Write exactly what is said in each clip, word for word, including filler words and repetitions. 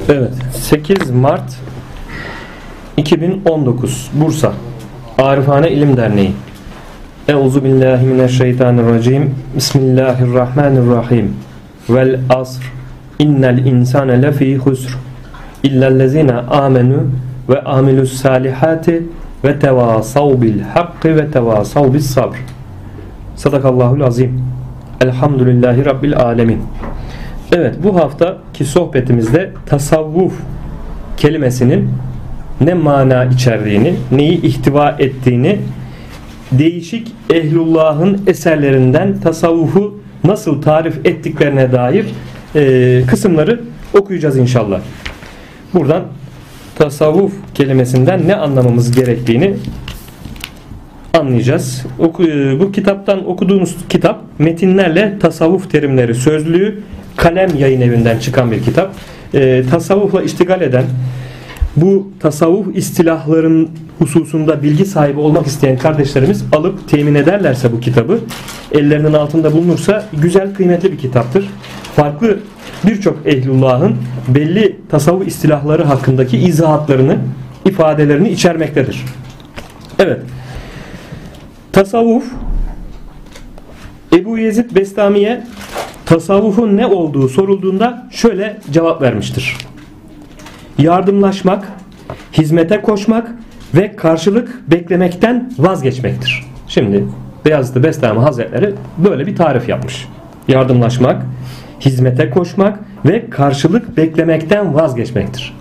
Evet, sekiz Mart iki bin on dokuz Bursa Arifane İlim Derneği. Euzubillahimineşşeytanirracim. Bismillahirrahmanirrahim. Vel asr. İnnel insane lefî husr. İllellezine amenu ve amilus salihati ve tevasav bil hakkı ve tevasav bis sabr. Sadakallahul azim. Elhamdülillahi Rabbil alemin. Evet, bu haftaki sohbetimizde tasavvuf kelimesinin ne mana içerdiğini, neyi ihtiva ettiğini, değişik ehlullahın eserlerinden tasavvufu nasıl tarif ettiklerine dair e, kısımları okuyacağız inşallah. Buradan tasavvuf kelimesinden ne anlamamız gerektiğini anlayacağız. Oku, bu kitaptan okuduğumuz kitap metinlerle tasavvuf terimleri sözlüğü, Kalem Yayın Evi'nden çıkan bir kitap. E, tasavvufla iştigal eden, bu tasavvuf istilahların hususunda bilgi sahibi olmak isteyen kardeşlerimiz alıp temin ederlerse bu kitabı, ellerinin altında bulunursa güzel, kıymetli bir kitaptır. Farklı birçok ehlullahın belli tasavvuf istilahları hakkındaki izahatlarını, ifadelerini içermektedir. Evet. Tasavvuf, Ebu Yezid Bestami'ye tasavvufun ne olduğu sorulduğunda şöyle cevap vermiştir: yardımlaşmak, hizmete koşmak ve karşılık beklemekten vazgeçmektir. Şimdi Beyazıt Bestami Hazretleri böyle bir tarif yapmış. Yardımlaşmak, hizmete koşmak ve karşılık beklemekten vazgeçmektir.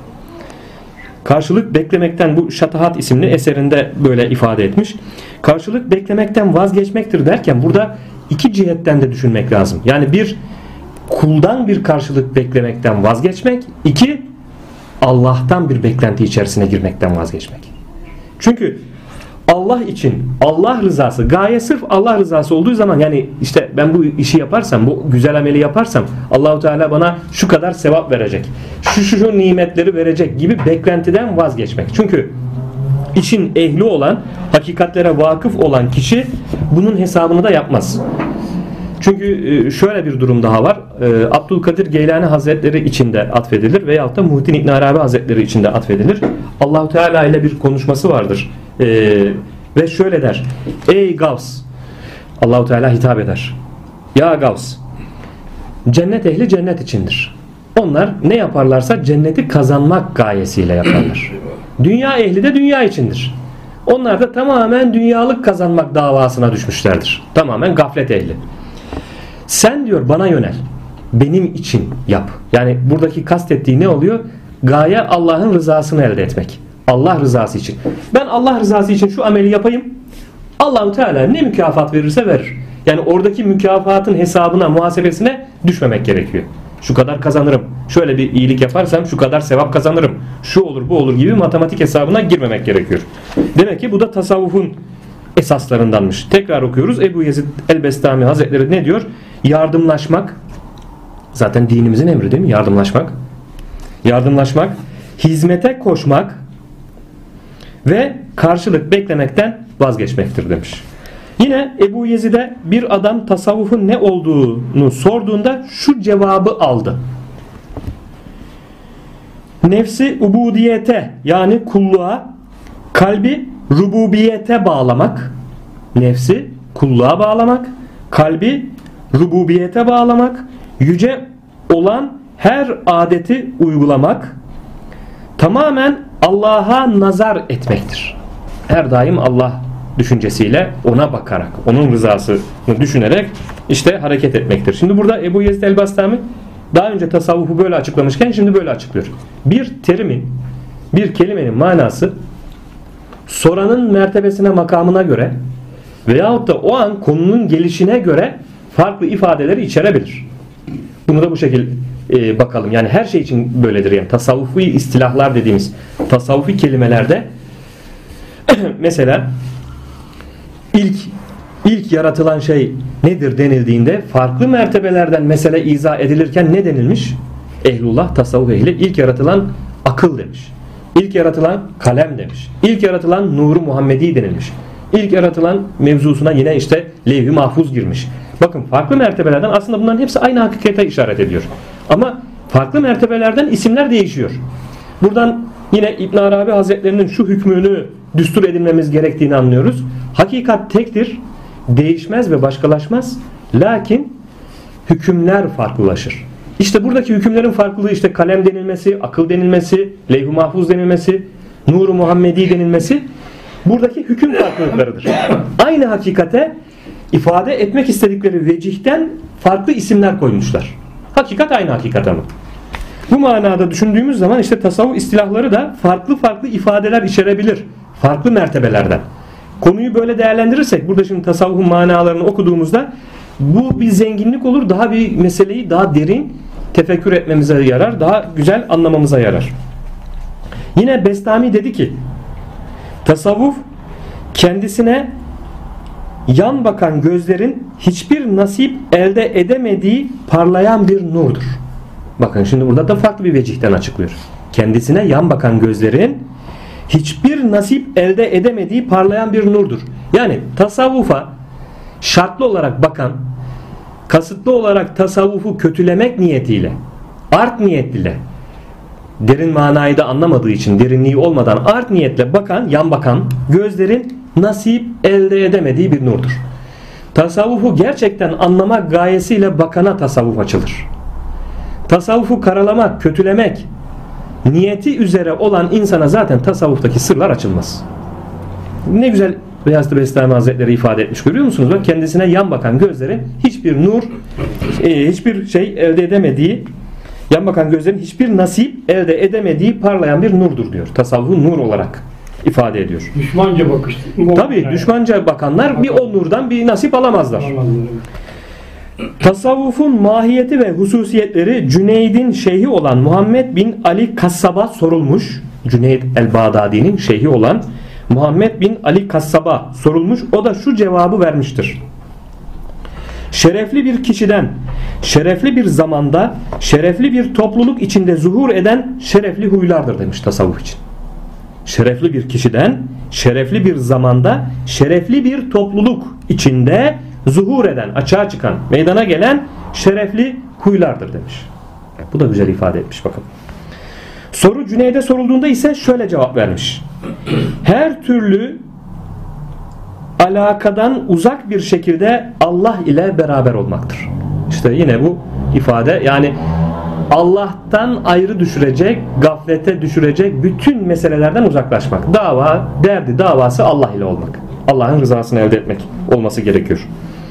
Karşılık beklemekten, bu Şatahat isimli eserinde böyle ifade etmiş. Karşılık beklemekten vazgeçmektir derken burada iki cihetten de düşünmek lazım. Yani bir, kuldan bir karşılık beklemekten vazgeçmek. İki, Allah'tan bir beklenti içerisine girmekten vazgeçmek. Çünkü Allah için, Allah rızası, gaye sırf Allah rızası olduğu zaman, yani işte ben bu işi yaparsam, bu güzel ameli yaparsam Allah-u Teala bana şu kadar sevap verecek, şu şu şu nimetleri verecek gibi beklentiden vazgeçmek. Çünkü işin ehli olan, hakikatlere vakıf olan kişi bunun hesabını da yapmaz. Çünkü şöyle bir durum daha var. Abdülkadir Geylani Hazretleri içinde atfedilir veyahut da Muhittin İbn Arabi Hazretleri içinde atfedilir. Allah-u Teala ile bir konuşması vardır. Ve şöyle der: ey Gavs, Allah-u Teala hitap eder: ya Gavs, cennet ehli cennet içindir. Onlar ne yaparlarsa cenneti kazanmak gayesiyle yaparlar. Dünya ehli de dünya içindir. Onlar da tamamen dünyalık kazanmak davasına düşmüşlerdir. Tamamen gaflet ehli. Sen diyor bana yönel, benim için yap. Yani buradaki kastettiği ne oluyor? Gaye Allah'ın rızasını elde etmek. Allah rızası için. Ben Allah rızası için şu ameli yapayım, Allah-u Teala ne mükafat verirse verir. Yani oradaki mükafatın hesabına, muhasebesine düşmemek gerekiyor. Şu kadar kazanırım, şöyle bir iyilik yaparsam şu kadar sevap kazanırım, şu olur bu olur gibi matematik hesabına girmemek gerekiyor. Demek ki bu da tasavvufun esaslarındanmış. Tekrar okuyoruz. Ebu Yezid el-Bestami Hazretleri ne diyor? Yardımlaşmak, zaten dinimizin emri değil mi? Yardımlaşmak. Yardımlaşmak, hizmete koşmak ve karşılık beklemekten vazgeçmektir demiş. Yine Ebu Yezid'e bir adam tasavvufun ne olduğunu sorduğunda şu cevabı aldı: nefsi ubudiyete, yani kulluğa, kalbi rububiyete bağlamak, nefsi kulluğa bağlamak, kalbi rububiyete bağlamak, yüce olan her adeti uygulamak, tamamen Allah'a nazar etmektir. Her daim Allah düşüncesiyle, ona bakarak, onun rızasını düşünerek işte hareket etmektir. Şimdi burada Ebu Yezid el-Bestami daha önce tasavvufu böyle açıklamışken şimdi böyle açıklıyor. Bir terimin, bir kelimenin manası soranın mertebesine, makamına göre veyahut da o an konunun gelişine göre farklı ifadeleri içerebilir. Bunu da bu şekilde e, bakalım. Yani her şey için böyledir. Yani tasavvufi istilahlar dediğimiz tasavvufi kelimelerde mesela ilk ilk yaratılan şey nedir denildiğinde farklı mertebelerden mesele izah edilirken ne denilmiş? Ehlullah, tasavvuf ehli ilk yaratılan akıl demiş. İlk yaratılan kalem demiş. İlk yaratılan nuru Muhammedi denilmiş. İlk yaratılan mevzusuna yine işte levh-i mahfuz girmiş. Bakın farklı mertebelerden aslında bunların hepsi aynı hakikate işaret ediyor. Ama Farklı mertebelerden isimler değişiyor. Buradan yine İbn Arabi Hazretlerinin şu hükmünü düstur edinmemiz gerektiğini anlıyoruz. Hakikat tektir, değişmez ve başkalaşmaz. Lakin hükümler farklılaşır. İşte buradaki hükümlerin farklılığı işte kalem denilmesi, akıl denilmesi, levh-i mahfuz denilmesi, nur-u Muhammedi denilmesi buradaki hüküm farklılıklarıdır. Aynı hakikate ifade etmek istedikleri vecihten farklı isimler koymuşlar. Hakikat aynı hakikat ama. Bu manada düşündüğümüz zaman işte tasavvuf istilahları da farklı farklı ifadeler içerebilir. Farklı mertebelerden. Konuyu böyle değerlendirirsek burada şimdi tasavvufun manalarını okuduğumuzda bu bir zenginlik olur. Daha bir meseleyi daha derin tefekkür etmemize yarar. Daha güzel anlamamıza yarar. Yine Bestami dedi ki tasavvuf kendisine yan bakan gözlerin hiçbir nasip elde edemediği parlayan bir nurdur. Bakın şimdi burada da farklı bir vecihten açıklıyor. Kendisine yan bakan gözlerin hiçbir nasip elde edemediği parlayan bir nurdur. Yani tasavvufa şartlı olarak bakan, kasıtlı olarak tasavvufu kötülemek niyetiyle, art niyetiyle, derin manayı da anlamadığı için, derinliği olmadan art niyetle bakan, yan bakan gözlerin nasip elde edemediği bir nurdur. Tasavvufu gerçekten anlamak gayesiyle bakana tasavvuf açılır. Tasavvufu karalamak, kötülemek niyeti üzere olan insana zaten tasavvuftaki sırlar açılmaz. Ne güzel Beyazıt Bestami Hazretleri ifade etmiş, görüyor musunuz? Bak, kendisine yan bakan gözlerin hiçbir nur, e, hiçbir şey elde edemediği, yan bakan gözlerin hiçbir nasip elde edemediği parlayan bir nurdur diyor. Tasavvufu nur olarak ifade ediyor. Düşmanca bakış. Tabii yani. Düşmanca bakanlar bir o nurdan bir nasip alamazlar. Tasavvufun mahiyeti ve hususiyetleri Cüneyd'in şeyhi olan Muhammed bin Ali Kassab'a sorulmuş. Cüneyd el-Bağdadi'nin şeyhi olan Muhammed bin Ali Kassab'a sorulmuş. O da şu cevabı vermiştir. Şerefli bir kişiden, şerefli bir zamanda, şerefli bir topluluk içinde zuhur eden şerefli huylardır demiş tasavvuf için. Şerefli bir kişiden, şerefli bir zamanda, şerefli bir topluluk içinde zuhur eden, açığa çıkan, meydana gelen şerefli huylardır demiş. Bu da güzel ifade etmiş bakın. Soru Cüneyd'e sorulduğunda ise şöyle cevap vermiş. Her türlü alakadan uzak bir şekilde Allah ile beraber olmaktır. İşte yine bu ifade, yani Allah'tan ayrı düşürecek, gaflete düşürecek bütün meselelerden uzaklaşmak. Dava, derdi, davası Allah ile olmak. Allah'ın rızasını elde etmek olması gerekiyor.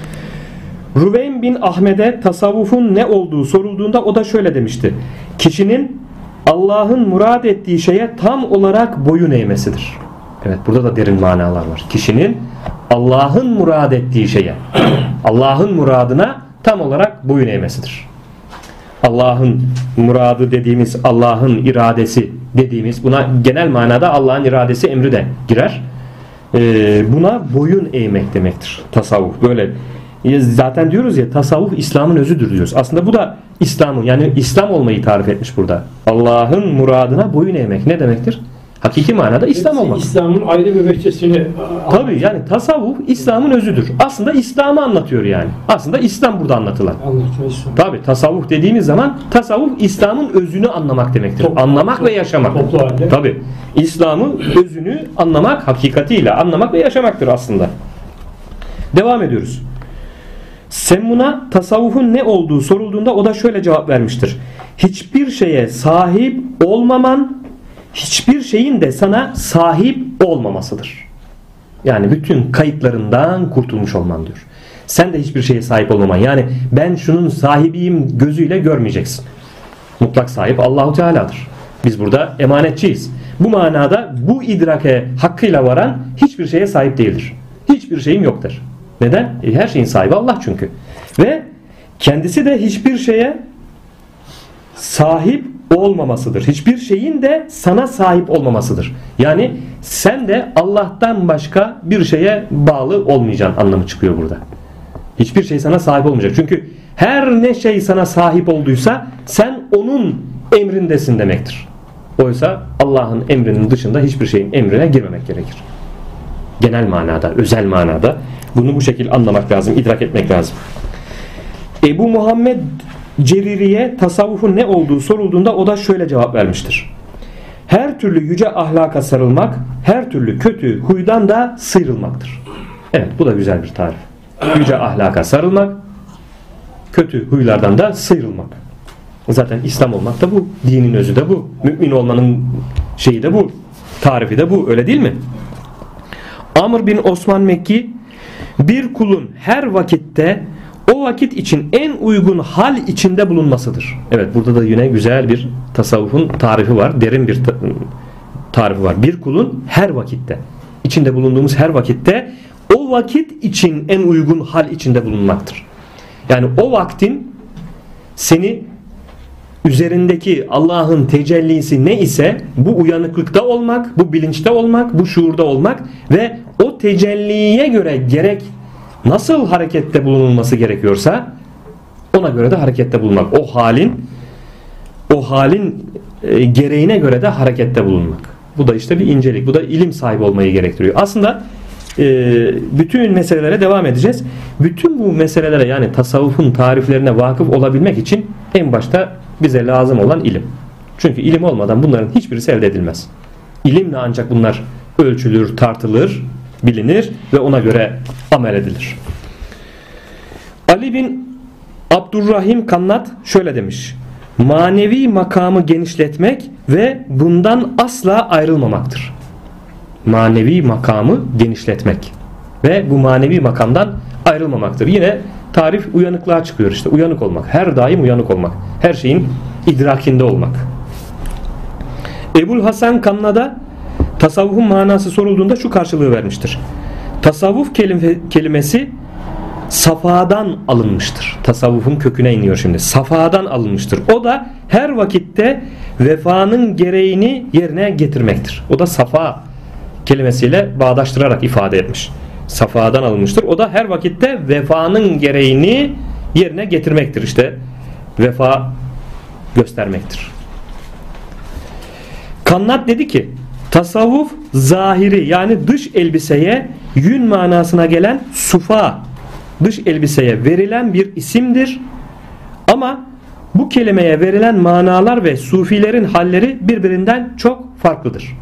Ruveyn bin Ahmet'e tasavvufun ne olduğu sorulduğunda o da şöyle demişti. Kişinin Allah'ın murad ettiği şeye tam olarak boyun eğmesidir. Evet, burada da derin manalar var. Kişinin Allah'ın murad ettiği şeye, Allah'ın muradına tam olarak boyun eğmesidir. Allah'ın muradı dediğimiz, Allah'ın iradesi dediğimiz, buna genel manada Allah'ın iradesi, emri de girer. Ee, buna boyun eğmek demektir tasavvuf. Böyle zaten diyoruz ya, tasavvuf İslam'ın özüdür diyoruz. Aslında bu da İslam'ın, yani İslam olmayı tarif etmiş burada. Allah'ın muradına boyun eğmek ne demektir? Hakiki manada İslam olmak. İslam'ın ayrı bir veçesini. Tabii, yani tasavvuf İslam'ın özüdür. Aslında İslam'ı anlatıyor yani. Aslında İslam burada anlatılan. Anlatıyor. Tabii tasavvuf dediğimiz zaman tasavvuf İslam'ın özünü anlamak demektir. Toplu, anlamak toplu, ve yaşamak. Toplu halde. Tabii İslam'ın özünü anlamak, hakikatiyle anlamak ve yaşamaktır aslında. Devam ediyoruz. Semmuna tasavvufun ne olduğu sorulduğunda o da şöyle cevap vermiştir. Hiçbir şeye sahip olmaman, hiçbir şeyin de sana sahip olmamasıdır. Yani bütün kayıtlarından kurtulmuş olman diyor. Sen de hiçbir şeye sahip olmaman. Yani ben şunun sahibiyim gözüyle görmeyeceksin. Mutlak sahip Allahu Teala'dır. Biz burada emanetçiyiz. Bu manada bu idrake hakkıyla varan hiçbir şeye sahip değildir. Hiçbir şeyim yoktur. Neden? E, her şeyin sahibi Allah çünkü. Ve kendisi de hiçbir şeye sahip olmamasıdır. Hiçbir şeyin de sana sahip olmamasıdır. Yani sen de Allah'tan başka bir şeye bağlı olmayacaksın anlamı çıkıyor burada. Hiçbir şey sana sahip olmayacak. Çünkü her ne şey sana sahip olduysa sen onun emrindesin demektir. Oysa Allah'ın emrinin dışında hiçbir şeyin emrine girmemek gerekir. Genel manada, özel manada bunu bu şekilde anlamak lazım, idrak etmek lazım. Ebu Muhammed Ceriri'ye tasavvufun ne olduğu sorulduğunda o da şöyle cevap vermiştir. Her türlü yüce ahlaka sarılmak, her türlü kötü huydan da sıyrılmaktır. Evet, bu da güzel bir tarif. Yüce ahlaka sarılmak, kötü huylardan da sıyrılmak. Zaten İslam olmak da bu, dinin özü de bu. Mümin olmanın şeyi de bu, tarifi de bu, öyle değil mi? Amr bin Osman Mekki, bir kulun her vakitte o vakit için en uygun hal içinde bulunmasıdır. Evet, burada da yine güzel bir tasavvufun tarifi var. Derin bir tarifi var. Bir kulun her vakitte, içinde bulunduğumuz her vakitte o vakit için en uygun hal içinde bulunmaktır. Yani o vaktin seni üzerindeki Allah'ın tecellisi ne ise bu uyanıklıkta olmak, bu bilinçte olmak, bu şuurda olmak ve o tecelliye göre gerek nasıl harekette bulunulması gerekiyorsa ona göre de harekette bulunmak. O halin o halin e, gereğine göre de harekette bulunmak. Bu da işte bir incelik. Bu da ilim sahibi olmayı gerektiriyor. Aslında e, bütün meselelere devam edeceğiz. Bütün bu meselelere, yani tasavvufun tariflerine vakıf olabilmek için en başta bize lazım olan ilim. Çünkü ilim olmadan bunların hiçbirisi elde edilmez. İlimle ancak bunlar ölçülür, tartılır, bilinir ve ona göre amel edilir. Ali bin Abdurrahim Kannat şöyle demiş: manevi makamı genişletmek ve bundan asla ayrılmamaktır. Manevi makamı genişletmek ve bu manevi makamdan ayrılmamaktır. Yine tarif uyanıklığa çıkıyor işte. Uyanık olmak. Her daim uyanık olmak. Her şeyin idrakinde olmak. Ebul Hasan Kanna'da tasavvufun manası sorulduğunda şu karşılığı vermiştir. Tasavvuf kelime, kelimesi safadan alınmıştır. Tasavvufun köküne iniyor şimdi. Safadan alınmıştır. O da her vakitte vefanın gereğini yerine getirmektir. O da safa kelimesiyle bağdaştırarak ifade etmiş. Safadan alınmıştır. O da her vakitte vefanın gereğini yerine getirmektir. İşte vefa göstermektir. Kannat dedi ki, tasavvuf zahiri, yani dış elbiseye yün manasına gelen sufa, dış elbiseye verilen bir isimdir. Ama bu kelimeye verilen manalar ve sufilerin halleri birbirinden çok farklıdır.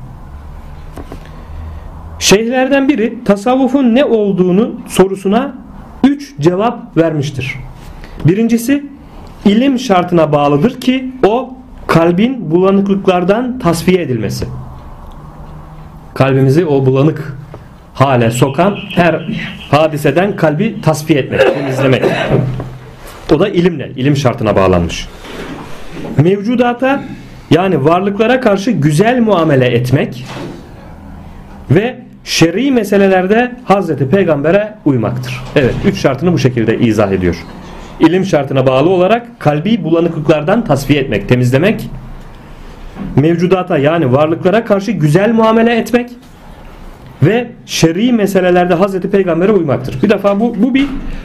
Şeyhlerden biri tasavvufun ne olduğunu sorusuna üç cevap vermiştir. Birincisi, ilim şartına bağlıdır ki o kalbin bulanıklıklardan tasfiye edilmesi. Kalbimizi o bulanık hale sokan her hadiseden kalbi tasfiye etmek, temizlemek. O da ilimle, ilim şartına bağlanmış. Mevcudata, yani varlıklara karşı güzel muamele etmek ve şer'i meselelerde Hazreti Peygamber'e uymaktır. Evet, üç şartını bu şekilde izah ediyor. İlim şartına bağlı olarak kalbi bulanıklıklardan tasfiye etmek, temizlemek. Mevcudata, yani varlıklara karşı güzel muamele etmek ve şer'i meselelerde Hazreti Peygamber'e uymaktır. Bir defa bu, bu bir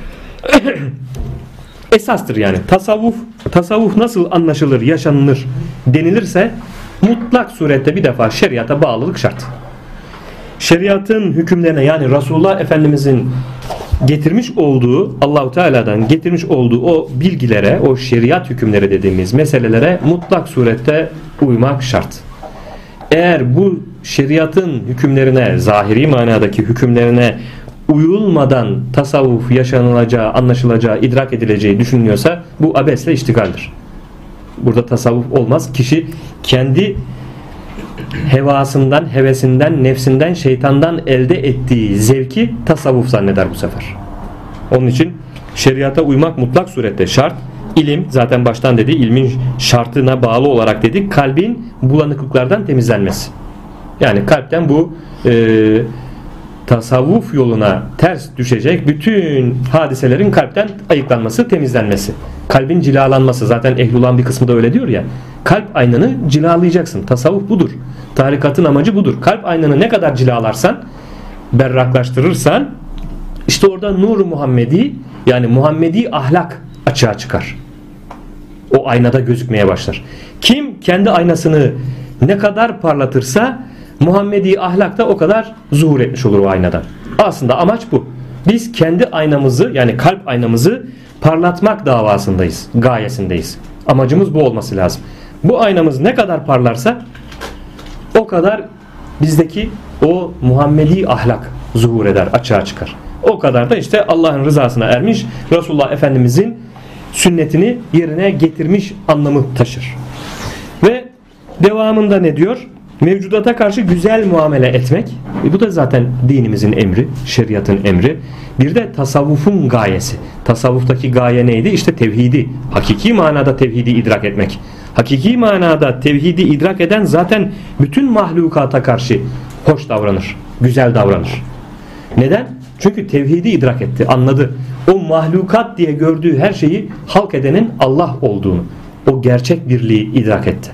esastır yani. Tasavvuf, tasavvuf nasıl anlaşılır, yaşanılır denilirse mutlak surette bir defa şeriata bağlılık şart. Şeriatın hükümlerine, yani Resulullah Efendimizin getirmiş olduğu, Allahu Teala'dan getirmiş olduğu o bilgilere, o şeriat hükümleri dediğimiz meselelere mutlak surette uymak şart. Eğer bu şeriatın hükümlerine, zahiri manadaki hükümlerine uyulmadan tasavvuf yaşanılacağı, anlaşılacağı, idrak edileceği düşünülüyorsa bu abesle iştigaldir. Burada tasavvuf olmaz. Kişi kendi hevasından, hevesinden, nefsinden, şeytandan elde ettiği zevki tasavvuf zanneder bu sefer. Onun için şeriata uymak mutlak surette şart. İlim, zaten baştan dedi, ilmin şartına bağlı olarak dedik, kalbin bulanıklıklardan temizlenmesi. Yani kalpten bu e, tasavvuf yoluna ters düşecek bütün hadiselerin kalpten ayıklanması, temizlenmesi. Kalbin cilalanması, zaten ehlullah'ın bir kısmı da öyle diyor ya. Kalp aynanı cilalayacaksın. Tasavvuf budur. Tarikatın amacı budur. Kalp aynanı ne kadar cilalarsan, berraklaştırırsan, işte orada nur-u Muhammedi, yani Muhammedi ahlak açığa çıkar. O aynada gözükmeye başlar. Kim kendi aynasını ne kadar parlatırsa Muhammedi ahlak da o kadar zuhur etmiş olur o aynadan. Aslında amaç bu. Biz kendi aynamızı, yani kalp aynamızı parlatmak davasındayız, gayesindeyiz. Amacımız bu olması lazım. Bu aynamız ne kadar parlarsa o kadar bizdeki o Muhammedi ahlak zuhur eder, açığa çıkar. O kadar da işte Allah'ın rızasına ermiş, Resulullah Efendimizin sünnetini yerine getirmiş anlamı taşır. Ve devamında ne diyor? Mevcudata karşı güzel muamele etmek. E bu da zaten dinimizin emri, şeriatın emri. Bir de tasavvufun gayesi. Tasavvuftaki gaye neydi? İşte tevhidi. Hakiki manada tevhidi idrak etmek. Hakiki manada tevhidi idrak eden zaten bütün mahlukata karşı hoş davranır, güzel davranır. Neden? Çünkü tevhidi idrak etti, anladı. O mahlukat diye gördüğü her şeyi halk edenin Allah olduğunu, o gerçek birliği idrak etti.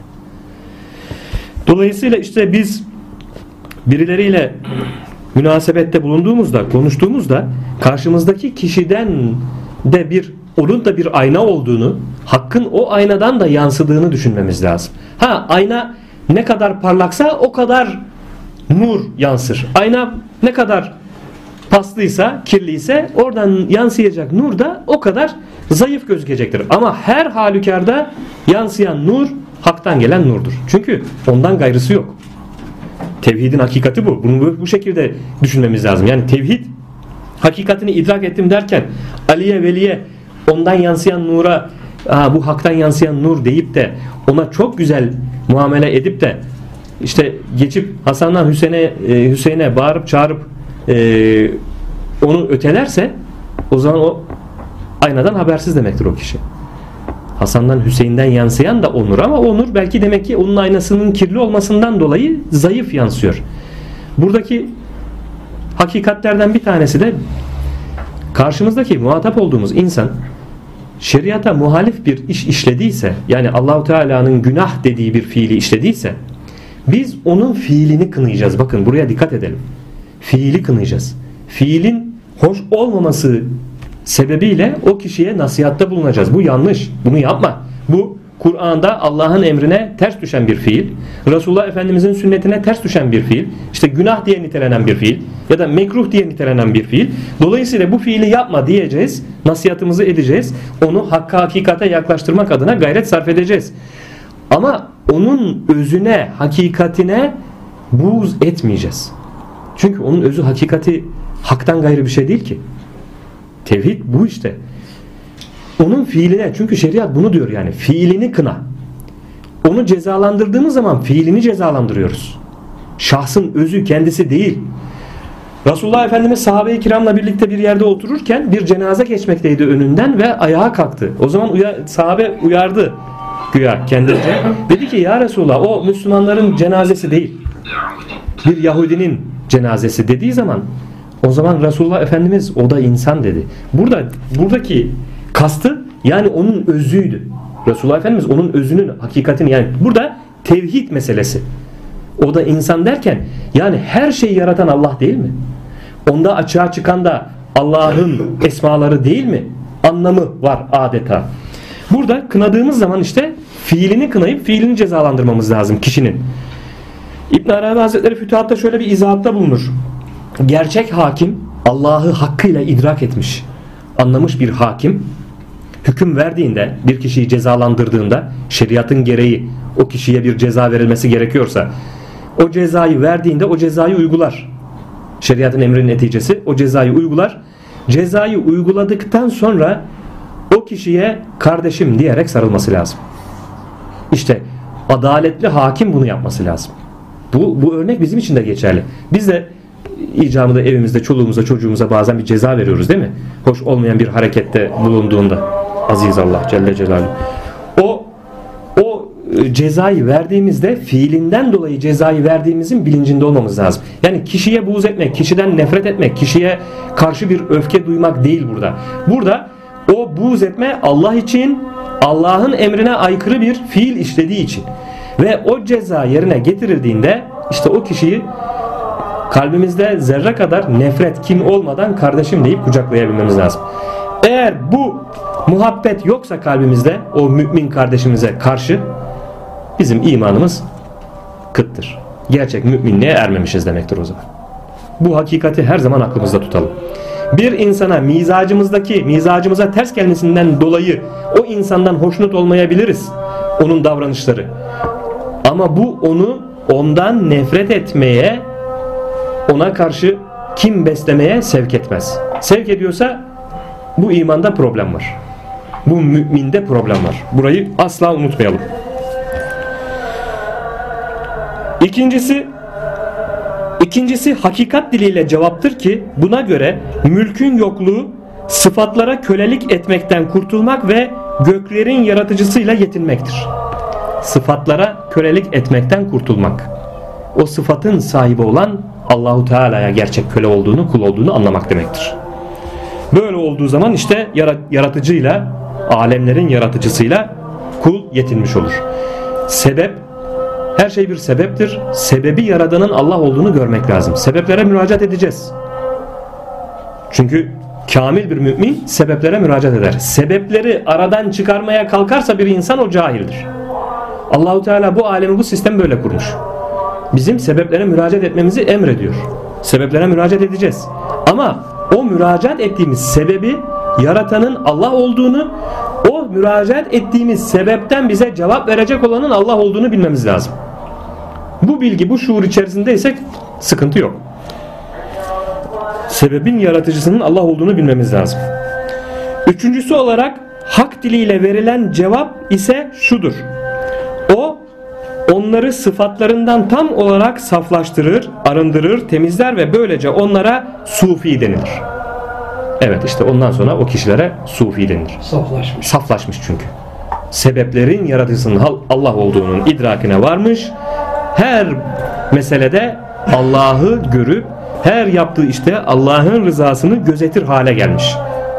Dolayısıyla işte biz birileriyle münasebette bulunduğumuzda, konuştuğumuzda karşımızdaki kişiden de bir, onun da bir ayna olduğunu, hakkın o aynadan da yansıdığını düşünmemiz lazım. Ha, ayna ne kadar parlaksa o kadar nur yansır. Ayna ne kadar paslıysa, kirliyse oradan yansıyacak nur da o kadar zayıf gözükecektir. Ama her halükarda yansıyan nur haktan gelen nurdur. Çünkü ondan gayrısı yok. Tevhidin hakikati bu. Bunu bu şekilde düşünmemiz lazım. Yani tevhid hakikatini idrak ettim derken Ali'ye, Veli'ye, ondan yansıyan nura, Aa, bu haktan yansıyan nur deyip de ona çok güzel muamele edip de işte geçip Hasan'dan Hüseyin'e Hüseyin'e bağırıp çağırıp e, onu ötelerse o zaman o aynadan habersiz demektir o kişi. Hasan'dan Hüseyin'den yansıyan da o nur, ama o nur belki demek ki onun aynasının kirli olmasından dolayı zayıf yansıyor. Buradaki hakikatlerden bir tanesi de karşımızdaki muhatap olduğumuz insan şeriata muhalif bir iş işlediyse, yani Allahu Teala'nın günah dediği bir fiili işlediyse biz onun fiilini kınayacağız. Bakın buraya dikkat edelim. Fiili kınayacağız. Fiilin hoş olmaması sebebiyle o kişiye nasihatta bulunacağız. Bu yanlış. Bunu yapma. Bu Kur'an'da Allah'ın emrine ters düşen bir fiil. Resulullah Efendimizin sünnetine ters düşen bir fiil. İşte günah diye nitelenen bir fiil. Ya da mekruh diye nitelenen bir fiil. Dolayısıyla bu fiili yapma diyeceğiz. Nasihatımızı edeceğiz. Onu hakka hakikate yaklaştırmak adına gayret sarf edeceğiz. Ama onun özüne, hakikatine buğz etmeyeceğiz. Çünkü onun özü, hakikati haktan gayrı bir şey değil ki. Tevhid bu işte. Onun fiiline, çünkü şeriat bunu diyor, yani fiilini kına. Onu cezalandırdığımız zaman fiilini cezalandırıyoruz. Şahsın özü kendisi değil. Resulullah Efendimiz sahabe-i kiramla birlikte bir yerde otururken bir cenaze geçmekteydi önünden ve ayağa kalktı. O zaman uya, sahabe uyardı güya kendince. Dedi ki ya Resulullah, o Müslümanların cenazesi değil, bir Yahudinin cenazesi dediği zaman o zaman Resulullah Efendimiz o da insan dedi. Burada buradaki kastı yani onun özüydü. Resulullah Efendimiz onun özünün hakikatini, yani burada tevhid meselesi. O da insan derken yani her şeyi yaratan Allah değil mi? Onda açığa çıkan da Allah'ın esmaları değil mi? Anlamı var adeta. Burada kınadığımız zaman işte fiilini kınayıp fiilini cezalandırmamız lazım kişinin. İbn Arabi Hazretleri Fütuhat'ta şöyle bir izahatta bulunur. Gerçek hakim Allah'ı hakkıyla idrak etmiş, anlamış bir hakim hüküm verdiğinde, bir kişiyi cezalandırdığında, şeriatın gereği o kişiye bir ceza verilmesi gerekiyorsa o cezayı verdiğinde o cezayı uygular. Şeriatın emrinin neticesi o cezayı uygular. Cezayı uyguladıktan sonra o kişiye kardeşim diyerek sarılması lazım. İşte adaletli hakim bunu yapması lazım. Bu, bu örnek bizim için de geçerli. Biz de icabında evimizde çoluğumuza çocuğumuza bazen bir ceza veriyoruz değil mi? Hoş olmayan bir harekette bulunduğunda. Aziz Allah Celle Celaluhu. O o cezayı verdiğimizde fiilinden dolayı cezayı verdiğimizin bilincinde olmamız lazım. Yani kişiye buğz etmek, kişiden nefret etmek, kişiye karşı bir öfke duymak değil burada. Burada o buğz etme Allah için, Allah'ın emrine aykırı bir fiil işlediği için. Ve o ceza yerine getirildiğinde işte o kişiyi kalbimizde zerre kadar nefret, kin olmadan kardeşim deyip kucaklayabilmemiz lazım. Eğer bu muhabbet yoksa kalbimizde o mümin kardeşimize karşı bizim imanımız kıttır. Gerçek müminliğe ermemişiz demektir o zaman. Bu hakikati her zaman aklımızda tutalım. Bir insana mizacımızdaki, mizacımıza ters gelmesinden dolayı o insandan hoşnut olmayabiliriz. Onun davranışları. Ama bu onu ondan nefret etmeye, ona karşı kin beslemeye sevk etmez. Sevk ediyorsa bu imanda problem var. Bu müminde problem var. Burayı asla unutmayalım. İkincisi İkincisi hakikat diliyle cevaptır ki buna göre mülkün yokluğu sıfatlara kölelik etmekten kurtulmak ve göklerin yaratıcısıyla yetinmektir. Sıfatlara kölelik etmekten kurtulmak. O sıfatın sahibi olan Allahu Teala'ya gerçek köle olduğunu, kul olduğunu anlamak demektir. Böyle olduğu zaman işte yaratıcıyla, alemlerin yaratıcısıyla kul yetinmiş olur. Sebep, her şey bir sebeptir. Sebebi yaradanın Allah olduğunu görmek lazım. Sebeplere müracaat edeceğiz. Çünkü kamil bir mümin sebeplere müracaat eder. Sebepleri aradan çıkarmaya kalkarsa bir insan o cahildir. Allahu Teala bu alemi, bu sistem böyle kurmuş. Bizim sebeplere müracaat etmemizi emrediyor. Sebeplere müracaat edeceğiz. Ama o müracaat ettiğimiz sebebi yaratanın Allah olduğunu, o müracaat ettiğimiz sebepten bize cevap verecek olanın Allah olduğunu bilmemiz lazım. Bu bilgi, bu şuur içerisindeysek sıkıntı yok. Sebebin yaratıcısının Allah olduğunu bilmemiz lazım. Üçüncüsü olarak hak diliyle verilen cevap ise şudur. O onları sıfatlarından tam olarak saflaştırır, arındırır, temizler ve böylece onlara sufi denilir. Evet, işte ondan sonra o kişilere sufi denilir. Saflaşmış. Saflaşmış çünkü. Sebeplerin yaratıcısının Allah olduğunun idrakine varmış. Her meselede Allah'ı görüp her yaptığı işte Allah'ın rızasını gözetir hale gelmiş.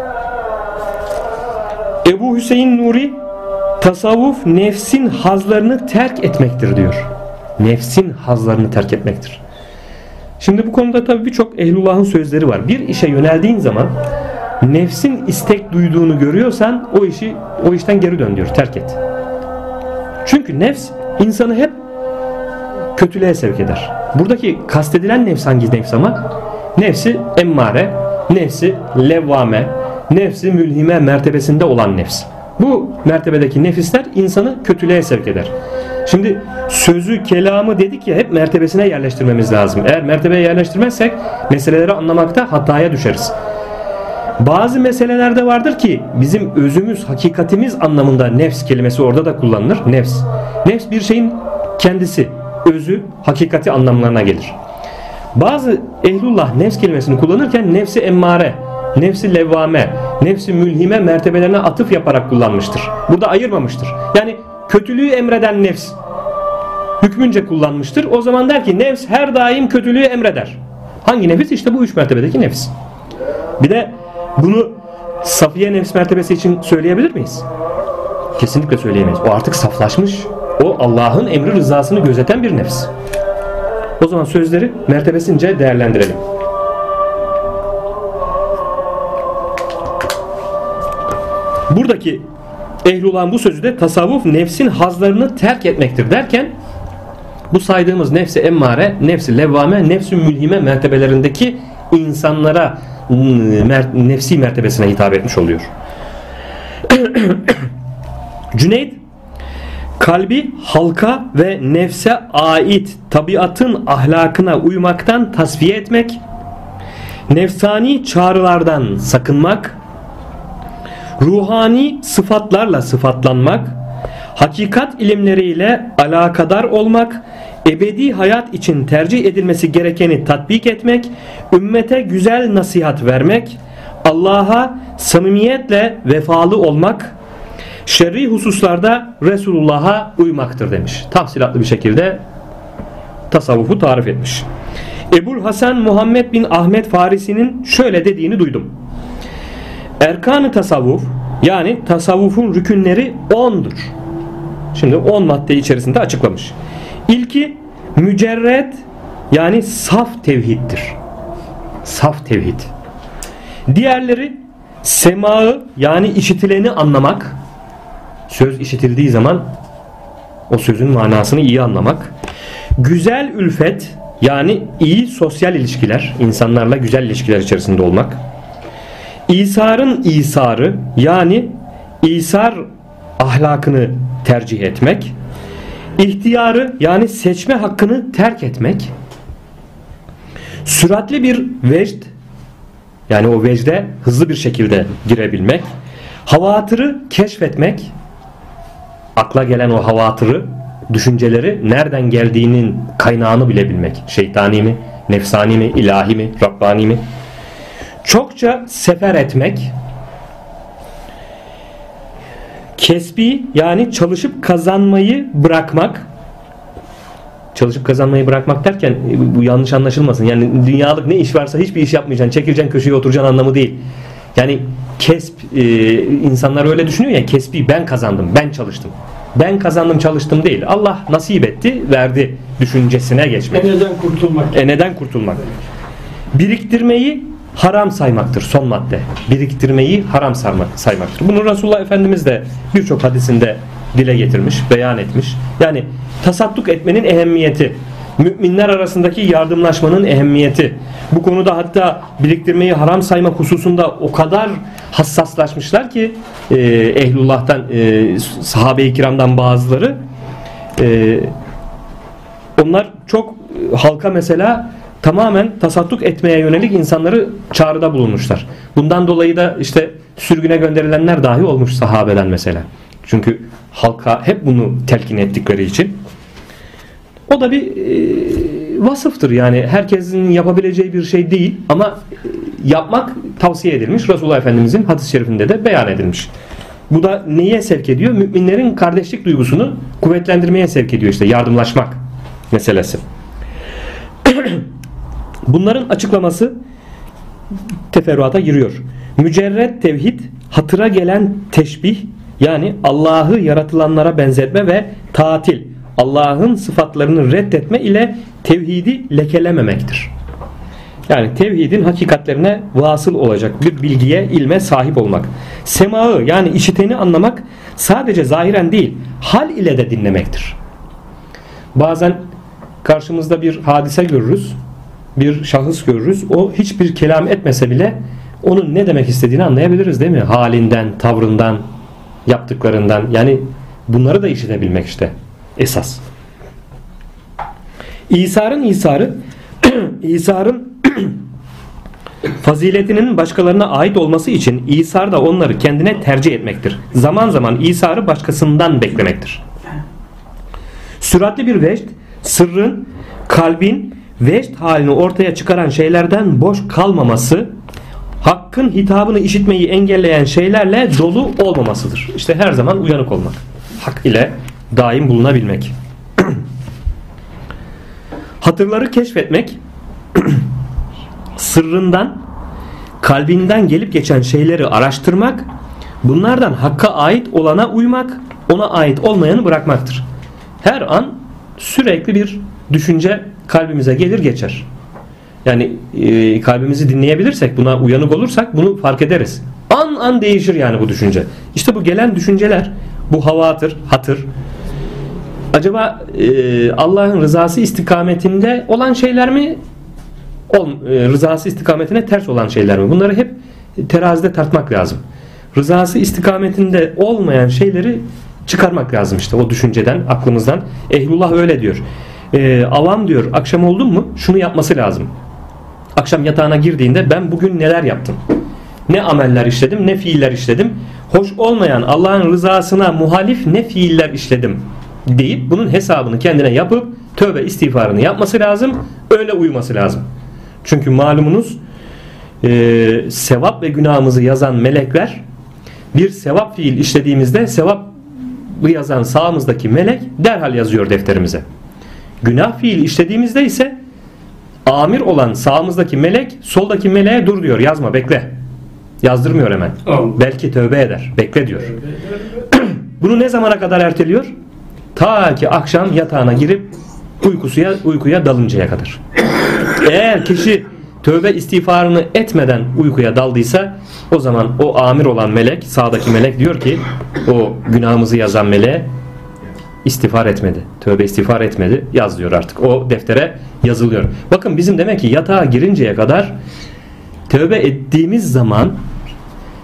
Ebu Hüseyin Nuri tasavvuf nefsin hazlarını terk etmektir diyor. Nefsin hazlarını terk etmektir. Şimdi bu konuda tabii birçok ehlullah'ın sözleri var. Bir işe yöneldiğin zaman nefsin istek duyduğunu görüyorsan o işi o işten geri dön diyor. Terk et. Çünkü nefs insanı hep kötülüğe sevk eder. Buradaki kastedilen nefs hangi nefs ama? Nefsi emmare, nefsi levvame, nefsi mülhime mertebesinde olan nefs. Bu mertebedeki nefisler insanı kötülüğe sevk eder. Şimdi sözü, kelamı dedik ya, hep mertebesine yerleştirmemiz lazım. Eğer mertebeye yerleştirmezsek meseleleri anlamakta hataya düşeriz. Bazı meselelerde vardır ki bizim özümüz, hakikatimiz anlamında nefs kelimesi orada da kullanılır. Nefs. Nefs bir şeyin kendisi, özü, hakikati anlamlarına gelir. Bazı ehlullah nefs kelimesini kullanırken nefsi emmare, nefsi levvame, nefsi mülhime mertebelerine atıf yaparak kullanmıştır. Burada ayırmamıştır. Yani kötülüğü emreden nefs hükmünce kullanmıştır. O zaman der ki nefs her daim kötülüğü emreder. Hangi nefis? İşte bu üç mertebedeki nefis. Bir de bunu safiye nefs mertebesi için söyleyebilir miyiz? Kesinlikle söyleyemeyiz. O artık saflaşmış. O Allah'ın emri rızasını gözeten bir nefs. O zaman sözleri mertebesince değerlendirelim. Buradaki ehlullah'ın bu sözü de tasavvuf nefsin hazlarını terk etmektir derken bu saydığımız nefsi emmare, nefsi levvame, nefsi mülhime mertebelerindeki insanlara nefsi mertebesine hitap etmiş oluyor. Cüneyd, kalbi halka ve nefse ait tabiatın ahlakına uymaktan tasfiye etmek, nefsani çağrılardan sakınmak, ruhani sıfatlarla sıfatlanmak, hakikat ilimleriyle alakadar olmak, ebedi hayat için tercih edilmesi gerekeni tatbik etmek, ümmete güzel nasihat vermek, Allah'a samimiyetle vefalı olmak, şer'i hususlarda Resulullah'a uymaktır demiş. Tafsilatlı bir şekilde tasavvufu tarif etmiş. Ebul Hasan Muhammed bin Ahmet Farisi'nin şöyle dediğini duydum. Erkan-ı tasavvuf, yani tasavvufun rükünleri ondur. Şimdi on madde içerisinde açıklamış. İlki mücerred, yani saf tevhiddir. Saf tevhid. Diğerleri semağı, yani işitileni anlamak. Söz işitildiği zaman o sözün manasını iyi anlamak. Güzel ülfet, yani iyi sosyal ilişkiler, insanlarla güzel ilişkiler içerisinde olmak. İsarın isarı yani İsar ahlakını tercih etmek, ihtiyarı yani seçme hakkını terk etmek, süratli bir vecd yani o vecde hızlı bir şekilde girebilmek, havatırı keşfetmek, akla gelen o havatırı, düşünceleri nereden geldiğinin kaynağını bilebilmek, şeytani mi, nefsani mi, ilahi mi, Rabbani mi, çokça sefer etmek, kesbi yani çalışıp kazanmayı bırakmak. Çalışıp kazanmayı bırakmak derken bu yanlış anlaşılmasın. Yani dünyalık ne iş varsa hiçbir iş yapmayacaksın, çekileceksin köşeye oturacaksın anlamı değil. Yani kesp, e, insanlar öyle düşünüyor ya, kesbi ben kazandım, ben çalıştım. Ben kazandım çalıştım değil. Allah nasip etti, verdi düşüncesine geçmek. Eneden kurtulmak. Eneden kurtulmak. Biriktirmeyi haram saymaktır son madde. Biriktirmeyi haram saymak, saymaktır. Bunu Resulullah Efendimiz de birçok hadisinde dile getirmiş, beyan etmiş. Yani tasadduk etmenin ehemmiyeti, müminler arasındaki yardımlaşmanın ehemmiyeti. Bu konuda hatta biriktirmeyi haram saymak hususunda o kadar hassaslaşmışlar ki e, ehlullah'tan, e, sahabe-i kiramdan bazıları e, onlar çok halka mesela tamamen tasadduk etmeye yönelik insanları çağrıda bulunmuşlar. Bundan dolayı da işte sürgüne gönderilenler dahi olmuş sahabeden mesela. Çünkü halka hep bunu telkin ettikleri için. O da bir e, vasıftır yani, herkesin yapabileceği bir şey değil ama yapmak tavsiye edilmiş. Resulullah Efendimizin hadis-i şerifinde de beyan edilmiş. Bu da neye sevk ediyor? Müminlerin kardeşlik duygusunu kuvvetlendirmeye sevk ediyor, işte yardımlaşmak meselesi. Bunların açıklaması teferruata giriyor. Mücerred tevhid, hatıra gelen teşbih yani Allah'ı yaratılanlara benzetme ve tatil, Allah'ın sıfatlarını reddetme ile tevhidi lekelememektir. Yani tevhidin hakikatlerine vasıl olacak bir bilgiye, ilme sahip olmak. Semağı yani işiteni anlamak sadece zahiren değil, hal ile de dinlemektir. Bazen karşımızda bir hadise görürüz, bir şahıs görürüz. O hiçbir kelam etmese bile onun ne demek istediğini anlayabiliriz değil mi? Halinden, tavrından, yaptıklarından. Yani bunları da işitebilmek işte esas. İsarın isarı İsarın faziletinin başkalarına ait olması için İsar da onları kendine tercih etmektir. Zaman zaman İsarı başkasından beklemektir. Süratli bir vecd, sırrın, kalbin vecd halini ortaya çıkaran şeylerden boş kalmaması, hakkın hitabını işitmeyi engelleyen şeylerle dolu olmamasıdır. İşte her zaman uyanık olmak. Hak ile daim bulunabilmek. Hatırları keşfetmek, sırrından, kalbinden gelip geçen şeyleri araştırmak, bunlardan hakka ait olana uymak, ona ait olmayanı bırakmaktır. Her an sürekli bir düşünce kalbimize gelir geçer. Yani e, kalbimizi dinleyebilirsek, buna uyanık olursak bunu fark ederiz. An an değişir yani bu düşünce. İşte bu gelen düşünceler, bu havatır, hatır. Acaba e, Allah'ın rızası istikametinde olan şeyler mi? Ol, e, rızası istikametine ters olan şeyler mi? Bunları hep terazide tartmak lazım. Rızası istikametinde olmayan şeyleri çıkarmak lazım işte o düşünceden, aklımızdan. Ehlullah öyle diyor. E, avam diyor, akşam oldu mu şunu yapması lazım. Akşam yatağına girdiğinde ben bugün neler yaptım? Ne ameller işledim, ne fiiller işledim? Hoş olmayan, Allah'ın rızasına muhalif ne fiiller işledim deyip bunun hesabını kendine yapıp tövbe istiğfarını yapması lazım. Öyle uyuması lazım. Çünkü malumunuz e, sevap ve günahımızı yazan melekler, bir sevap fiil işlediğimizde sevabı yazan sağımızdaki melek derhal yazıyor defterimize. Günah fiil işlediğimizde ise amir olan sağımızdaki melek soldaki meleğe dur diyor, yazma, bekle. Yazdırmıyor hemen. Allah. Belki tövbe eder. Bekle diyor. Bunu ne zamana kadar erteliyor? Ta ki akşam yatağına girip uykusuya, uykuya dalıncaya kadar. Eğer kişi tövbe istiğfarını etmeden uykuya daldıysa o zaman o amir olan melek, sağdaki melek diyor ki o günahımızı yazan meleğe istiğfar etmedi. Tövbe istiğfar etmedi. Yaz diyor artık. O deftere yazılıyor. Bakın bizim demek ki yatağa girinceye kadar tövbe ettiğimiz zaman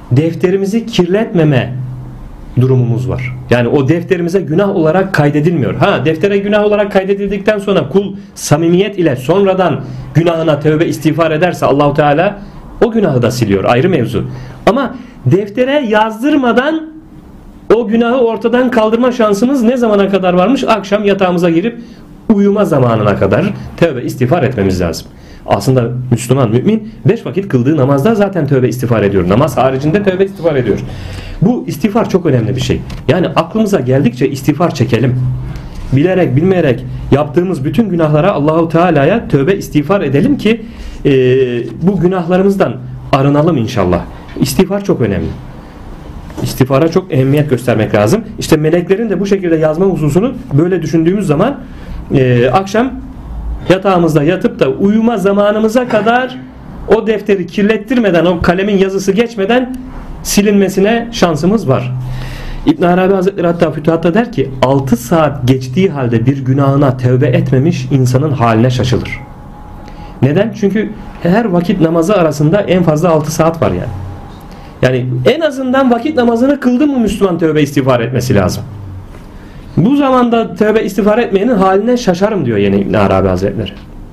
defterimizi kirletmeme durumumuz var. Yani o defterimize günah olarak kaydedilmiyor. Ha, deftere günah olarak kaydedildikten sonra kul samimiyet ile sonradan günahına tövbe istiğfar ederse Allahu Teala o günahı da siliyor. Ayrı mevzu. Ama deftere yazdırmadan o günahı ortadan kaldırma şansımız ne zamana kadar varmış? Akşam yatağımıza girip uyuma zamanına kadar tövbe istiğfar etmemiz lazım. Aslında Müslüman, mümin beş vakit kıldığı namazda zaten tövbe istiğfar ediyor. Namaz haricinde tövbe istiğfar ediyor. Bu istiğfar çok önemli bir şey. Yani aklımıza geldikçe istiğfar çekelim. Bilerek bilmeyerek yaptığımız bütün günahlara Allahu Teala'ya tövbe istiğfar edelim ki e, bu günahlarımızdan arınalım inşallah. İstiğfar çok önemli. İstiğfara çok ehemmiyet göstermek lazım. İşte meleklerin de bu şekilde yazma hususunu böyle düşündüğümüz zaman e, akşam yatağımızda yatıp da uyuma zamanımıza kadar o defteri kirlettirmeden, o kalemin yazısı geçmeden silinmesine şansımız var. İbn Arabi Hazretleri hatta Fütuhat'ta der ki altı saat geçtiği halde bir günahına tevbe etmemiş insanın haline şaşılır. Neden? Çünkü her vakit namazı arasında en fazla altı saat var yani. Yani en azından vakit namazını kıldı mı Müslüman tövbe istiğfar etmesi lazım. Bu zamanda tövbe istiğfar etmeyenin haline şaşarım diyor yine İbn Arabi Hazretleri.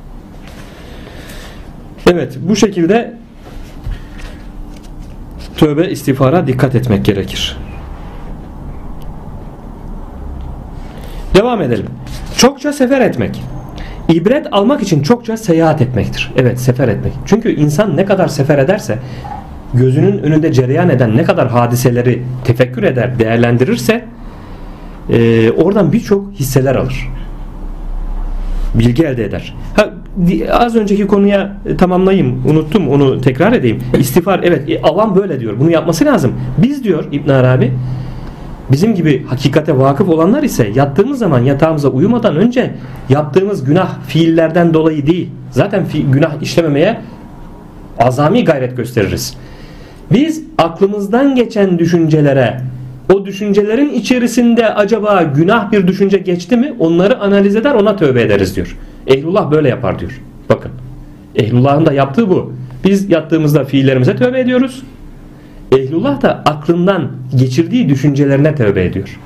Evet, bu şekilde tövbe istiğfara dikkat etmek gerekir. Devam edelim. Çokça sefer etmek. İbret almak için çokça seyahat etmektir. Evet, sefer etmek. Çünkü insan ne kadar sefer ederse, gözünün önünde cereyan eden ne kadar hadiseleri tefekkür eder, değerlendirirse e, oradan birçok hisseler alır. Bilgi elde eder. Ha, az önceki konuya tamamlayayım. Unuttum, onu tekrar edeyim. İstiğfar, evet, e, avam böyle diyor. Bunu yapması lazım. Biz diyor İbn Arabi, bizim gibi hakikate vakıf olanlar ise yattığımız zaman yatağımıza uyumadan önce yaptığımız günah fiillerden dolayı değil. Zaten fi, günah işlememeye azami gayret gösteririz. Biz aklımızdan geçen düşüncelere, o düşüncelerin içerisinde acaba günah bir düşünce geçti mi, onları analiz eder, ona tövbe ederiz diyor. Ehlullah böyle yapar diyor. Bakın, Ehlullah'ın da yaptığı bu. Biz yattığımızda fiillerimize tövbe ediyoruz. Ehlullah da aklından geçirdiği düşüncelerine tövbe ediyor.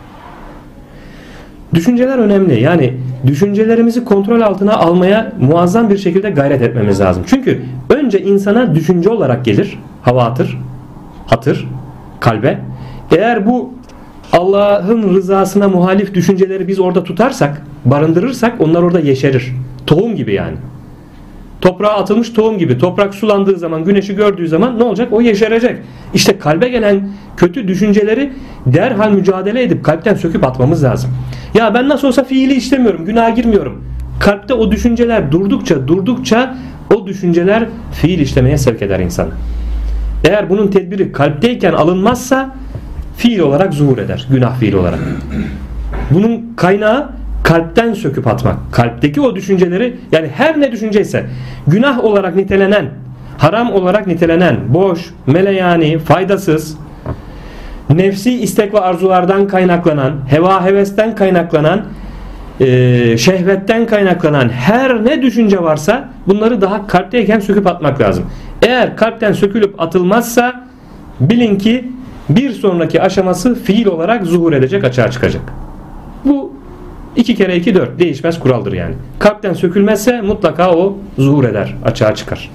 Düşünceler önemli. Yani düşüncelerimizi kontrol altına almaya muazzam bir şekilde gayret etmemiz lazım. Çünkü önce insana düşünce olarak gelir. Havatır, hatır, kalbe. Eğer bu Allah'ın rızasına muhalif düşünceleri biz orada tutarsak, barındırırsak onlar orada yeşerir. Tohum gibi yani. Toprağa atılmış tohum gibi. Toprak sulandığı zaman, güneşi gördüğü zaman ne olacak? O yeşerecek. İşte kalbe gelen kötü düşünceleri derhal mücadele edip kalpten söküp atmamız lazım. Ya ben nasıl olsa fiili işlemiyorum, günaha girmiyorum. Kalpte o düşünceler durdukça durdukça o düşünceler fiil işlemeye sevk eder insanı. Eğer bunun tedbiri kalpteyken alınmazsa fiil olarak zuhur eder. Günah fiil olarak. Bunun kaynağı kalpten söküp atmak. Kalpteki o düşünceleri, yani her ne düşünceyse günah olarak nitelenen, haram olarak nitelenen, boş, meleyani, faydasız, nefsi istek ve arzulardan kaynaklanan, heva hevesten kaynaklanan, e, şehvetten kaynaklanan her ne düşünce varsa bunları daha kalpteyken söküp atmak lazım. Eğer kalpten sökülüp atılmazsa bilin ki bir sonraki aşaması fiil olarak zuhur edecek, açığa çıkacak. Bu iki kere iki dört değişmez kuraldır yani. Kalpten sökülmezse mutlaka o zuhur eder, açığa çıkar.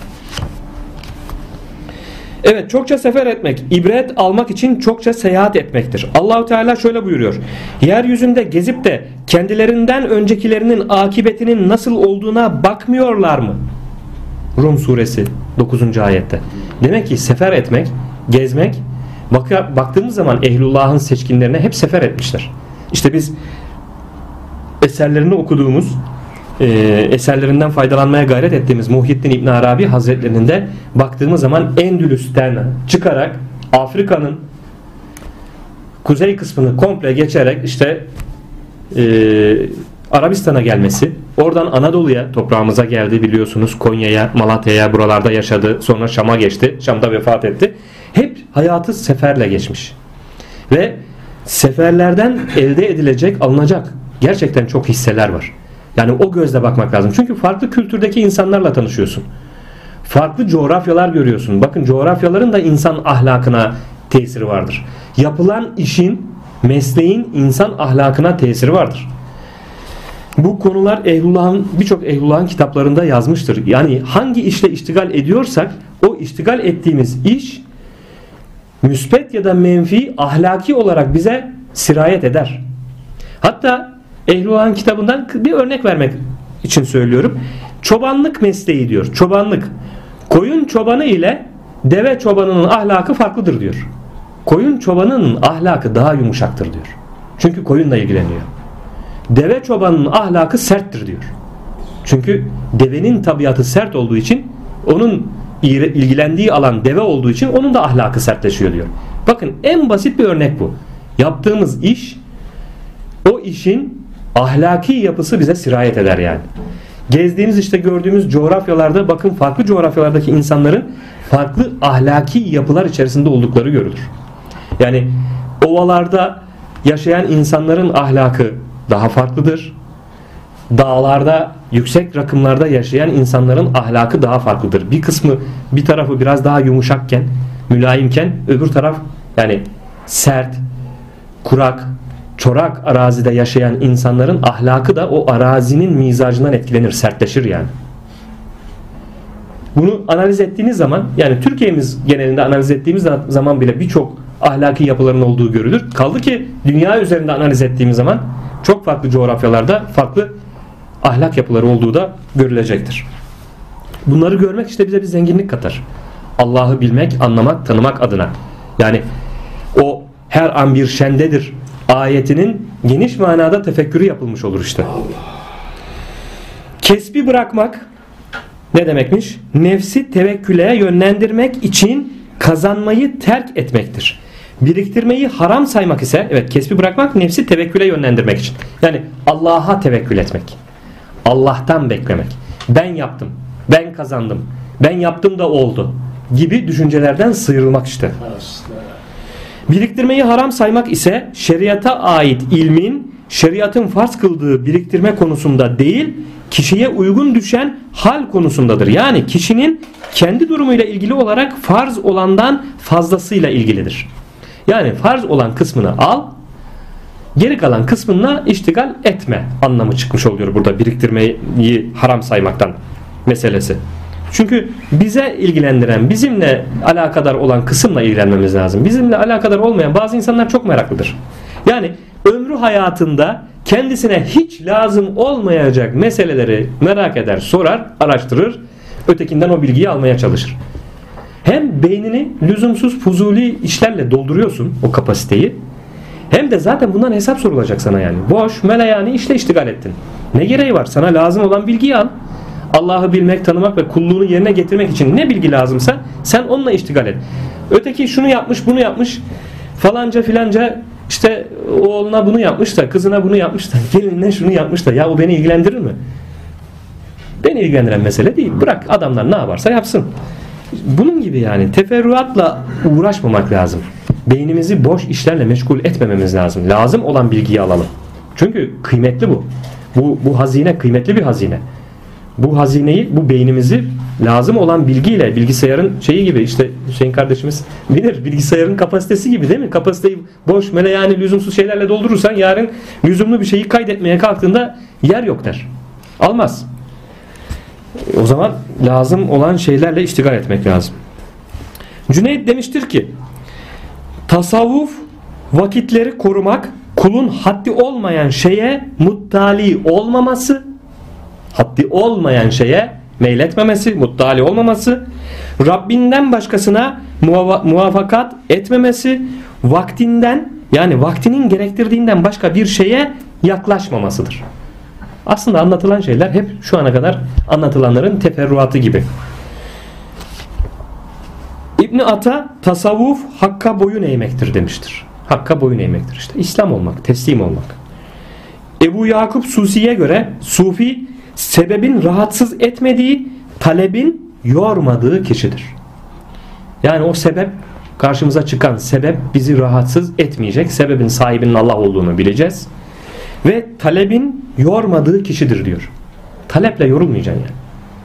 Evet, çokça sefer etmek, ibret almak için çokça seyahat etmektir. Allahu Teala şöyle buyuruyor. Yeryüzünde gezip de kendilerinden öncekilerinin akıbetinin nasıl olduğuna bakmıyorlar mı? Rum suresi dokuzuncu ayette. Demek ki sefer etmek, gezmek, bak baktığımız zaman ehlullahın seçkinlerine hep sefer etmişler. İşte biz eserlerini okuduğumuz, e, eserlerinden faydalanmaya gayret ettiğimiz Muhyiddin İbn Arabi Hazretlerinin de baktığımız zaman Endülüs'ten çıkarak Afrika'nın kuzey kısmını komple geçerek işte e, Arabistan'a gelmesi, oradan Anadolu'ya, toprağımıza geldi biliyorsunuz, Konya'ya, Malatya'ya, buralarda yaşadı, sonra Şam'a geçti, Şam'da vefat etti. Hep hayatı seferle geçmiş ve seferlerden elde edilecek, alınacak gerçekten çok hisseler var. Yani o gözle bakmak lazım. Çünkü farklı kültürdeki insanlarla tanışıyorsun. Farklı coğrafyalar görüyorsun. Bakın coğrafyaların da insan ahlakına tesiri vardır. Yapılan işin, mesleğin insan ahlakına tesiri vardır. Bu konular Ehlullah'ın birçok Ehlullah'ın kitaplarında yazmıştır. Yani hangi işle iştigal ediyorsak o iştigal ettiğimiz iş müspet ya da menfi ahlaki olarak bize sirayet eder. Hatta Ehlullah'ın kitabından bir örnek vermek için söylüyorum. Çobanlık mesleği diyor. Çobanlık. Koyun çobanı ile deve çobanının ahlakı farklıdır diyor. Koyun çobanının ahlakı daha yumuşaktır diyor. Çünkü koyunla ilgileniyor. Deve çobanının ahlakı serttir diyor. Çünkü devenin tabiatı sert olduğu için, onun ilgilendiği alan deve olduğu için onun da ahlakı sertleşiyor diyor. Bakın en basit bir örnek bu. Yaptığımız iş, o işin ahlaki yapısı bize sirayet eder yani. Gezdiğimiz işte gördüğümüz coğrafyalarda bakın farklı coğrafyalardaki insanların farklı ahlaki yapılar içerisinde oldukları görülür. Yani ovalarda yaşayan insanların ahlakı daha farklıdır. Dağlarda, yüksek rakımlarda yaşayan insanların ahlakı daha farklıdır. Bir kısmı, bir tarafı biraz daha yumuşakken, mülayimken öbür taraf yani sert, kurak, çorak arazide yaşayan insanların ahlakı da o arazinin mizacından etkilenir, sertleşir yani. Bunu analiz ettiğiniz zaman, yani Türkiye'miz genelinde analiz ettiğimiz zaman bile birçok ahlaki yapıların olduğu görülür. Kaldı ki dünya üzerinde analiz ettiğimiz zaman çok farklı coğrafyalarda farklı ahlak yapıları olduğu da görülecektir. Bunları görmek işte bize bir zenginlik katar. Allah'ı bilmek, anlamak, tanımak adına. Yani o her an bir şendedir ayetinin geniş manada tefekkürü yapılmış olur işte. Kesbi bırakmak ne demekmiş? Nefsi tevekküle yönlendirmek için kazanmayı terk etmektir. Biriktirmeyi haram saymak ise, evet, kesbi bırakmak nefsi tevekküle yönlendirmek için. Yani Allah'a tevekkül etmek. Allah'tan beklemek. Ben yaptım, ben kazandım, ben yaptım da oldu gibi düşüncelerden sıyrılmak işte. Biriktirmeyi haram saymak ise şeriata ait ilmin şeriatın farz kıldığı biriktirme konusunda değil, kişiye uygun düşen hal konusundadır. Yani kişinin kendi durumuyla ilgili olarak farz olandan fazlasıyla ilgilidir. Yani farz olan kısmını al, geri kalan kısmına iştigal etme anlamı çıkmış oluyor burada biriktirmeyi haram saymaktan meselesi. Çünkü bize ilgilendiren, bizimle alakadar olan kısımla ilgilenmemiz lazım. Bizimle alakadar olmayan bazı insanlar çok meraklıdır. Yani ömrü hayatında kendisine hiç lazım olmayacak meseleleri merak eder, sorar, araştırır, ötekinden o bilgiyi almaya çalışır. Hem beynini lüzumsuz fuzuli işlerle dolduruyorsun, o kapasiteyi, hem de zaten bundan hesap sorulacak sana yani. Boş, meleyani işle iştigal ettin. Ne gereği var? Sana lazım olan bilgiyi al. Allah'ı bilmek, tanımak ve kulluğunu yerine getirmek için ne bilgi lazımsa sen onunla iştigal et. Öteki şunu yapmış, bunu yapmış, falanca filanca işte oğluna bunu yapmış da, kızına bunu yapmış da, gelinine şunu yapmış da, ya o beni ilgilendirir mi? Beni ilgilendiren mesele değil. Bırak adamlar ne yaparsa yapsın. Bunun gibi yani teferruatla uğraşmamak lazım. Beynimizi boş işlerle meşgul etmememiz lazım. Lazım olan bilgiyi alalım. Çünkü kıymetli bu. Bu, bu hazine kıymetli bir hazine. Bu hazineyi, bu beynimizi lazım olan bilgiyle, bilgisayarın şeyi gibi, işte Hüseyin kardeşimiz bilir, bilgisayarın kapasitesi gibi değil mi? Kapasiteyi boş, meleyani, lüzumsuz şeylerle doldurursan yarın lüzumlu bir şeyi kaydetmeye kalktığında yer yok der. Almaz. O zaman lazım olan şeylerle iştigal etmek lazım. Cüneyd demiştir ki, tasavvuf vakitleri korumak, kulun haddi olmayan şeye muttali olmaması, haddi olmayan şeye meyletmemesi, muttali olmaması, Rabbinden başkasına muvafakat etmemesi, vaktinden, yani vaktinin gerektirdiğinden başka bir şeye yaklaşmamasıdır. Aslında anlatılan şeyler hep şu ana kadar anlatılanların teferruatı gibi. İbn Ata tasavvuf hakka boyun eğmektir demiştir. Hakka boyun eğmektir işte. İslam olmak, teslim olmak. Ebu Yakup Susi'ye göre sufi sebebin rahatsız etmediği, talebin yormadığı kişidir. Yani o sebep, karşımıza çıkan sebep bizi rahatsız etmeyecek. Sebebin sahibinin Allah olduğunu bileceğiz. Ve talebin yormadığı kişidir diyor. Taleple yorulmayacaksın yani.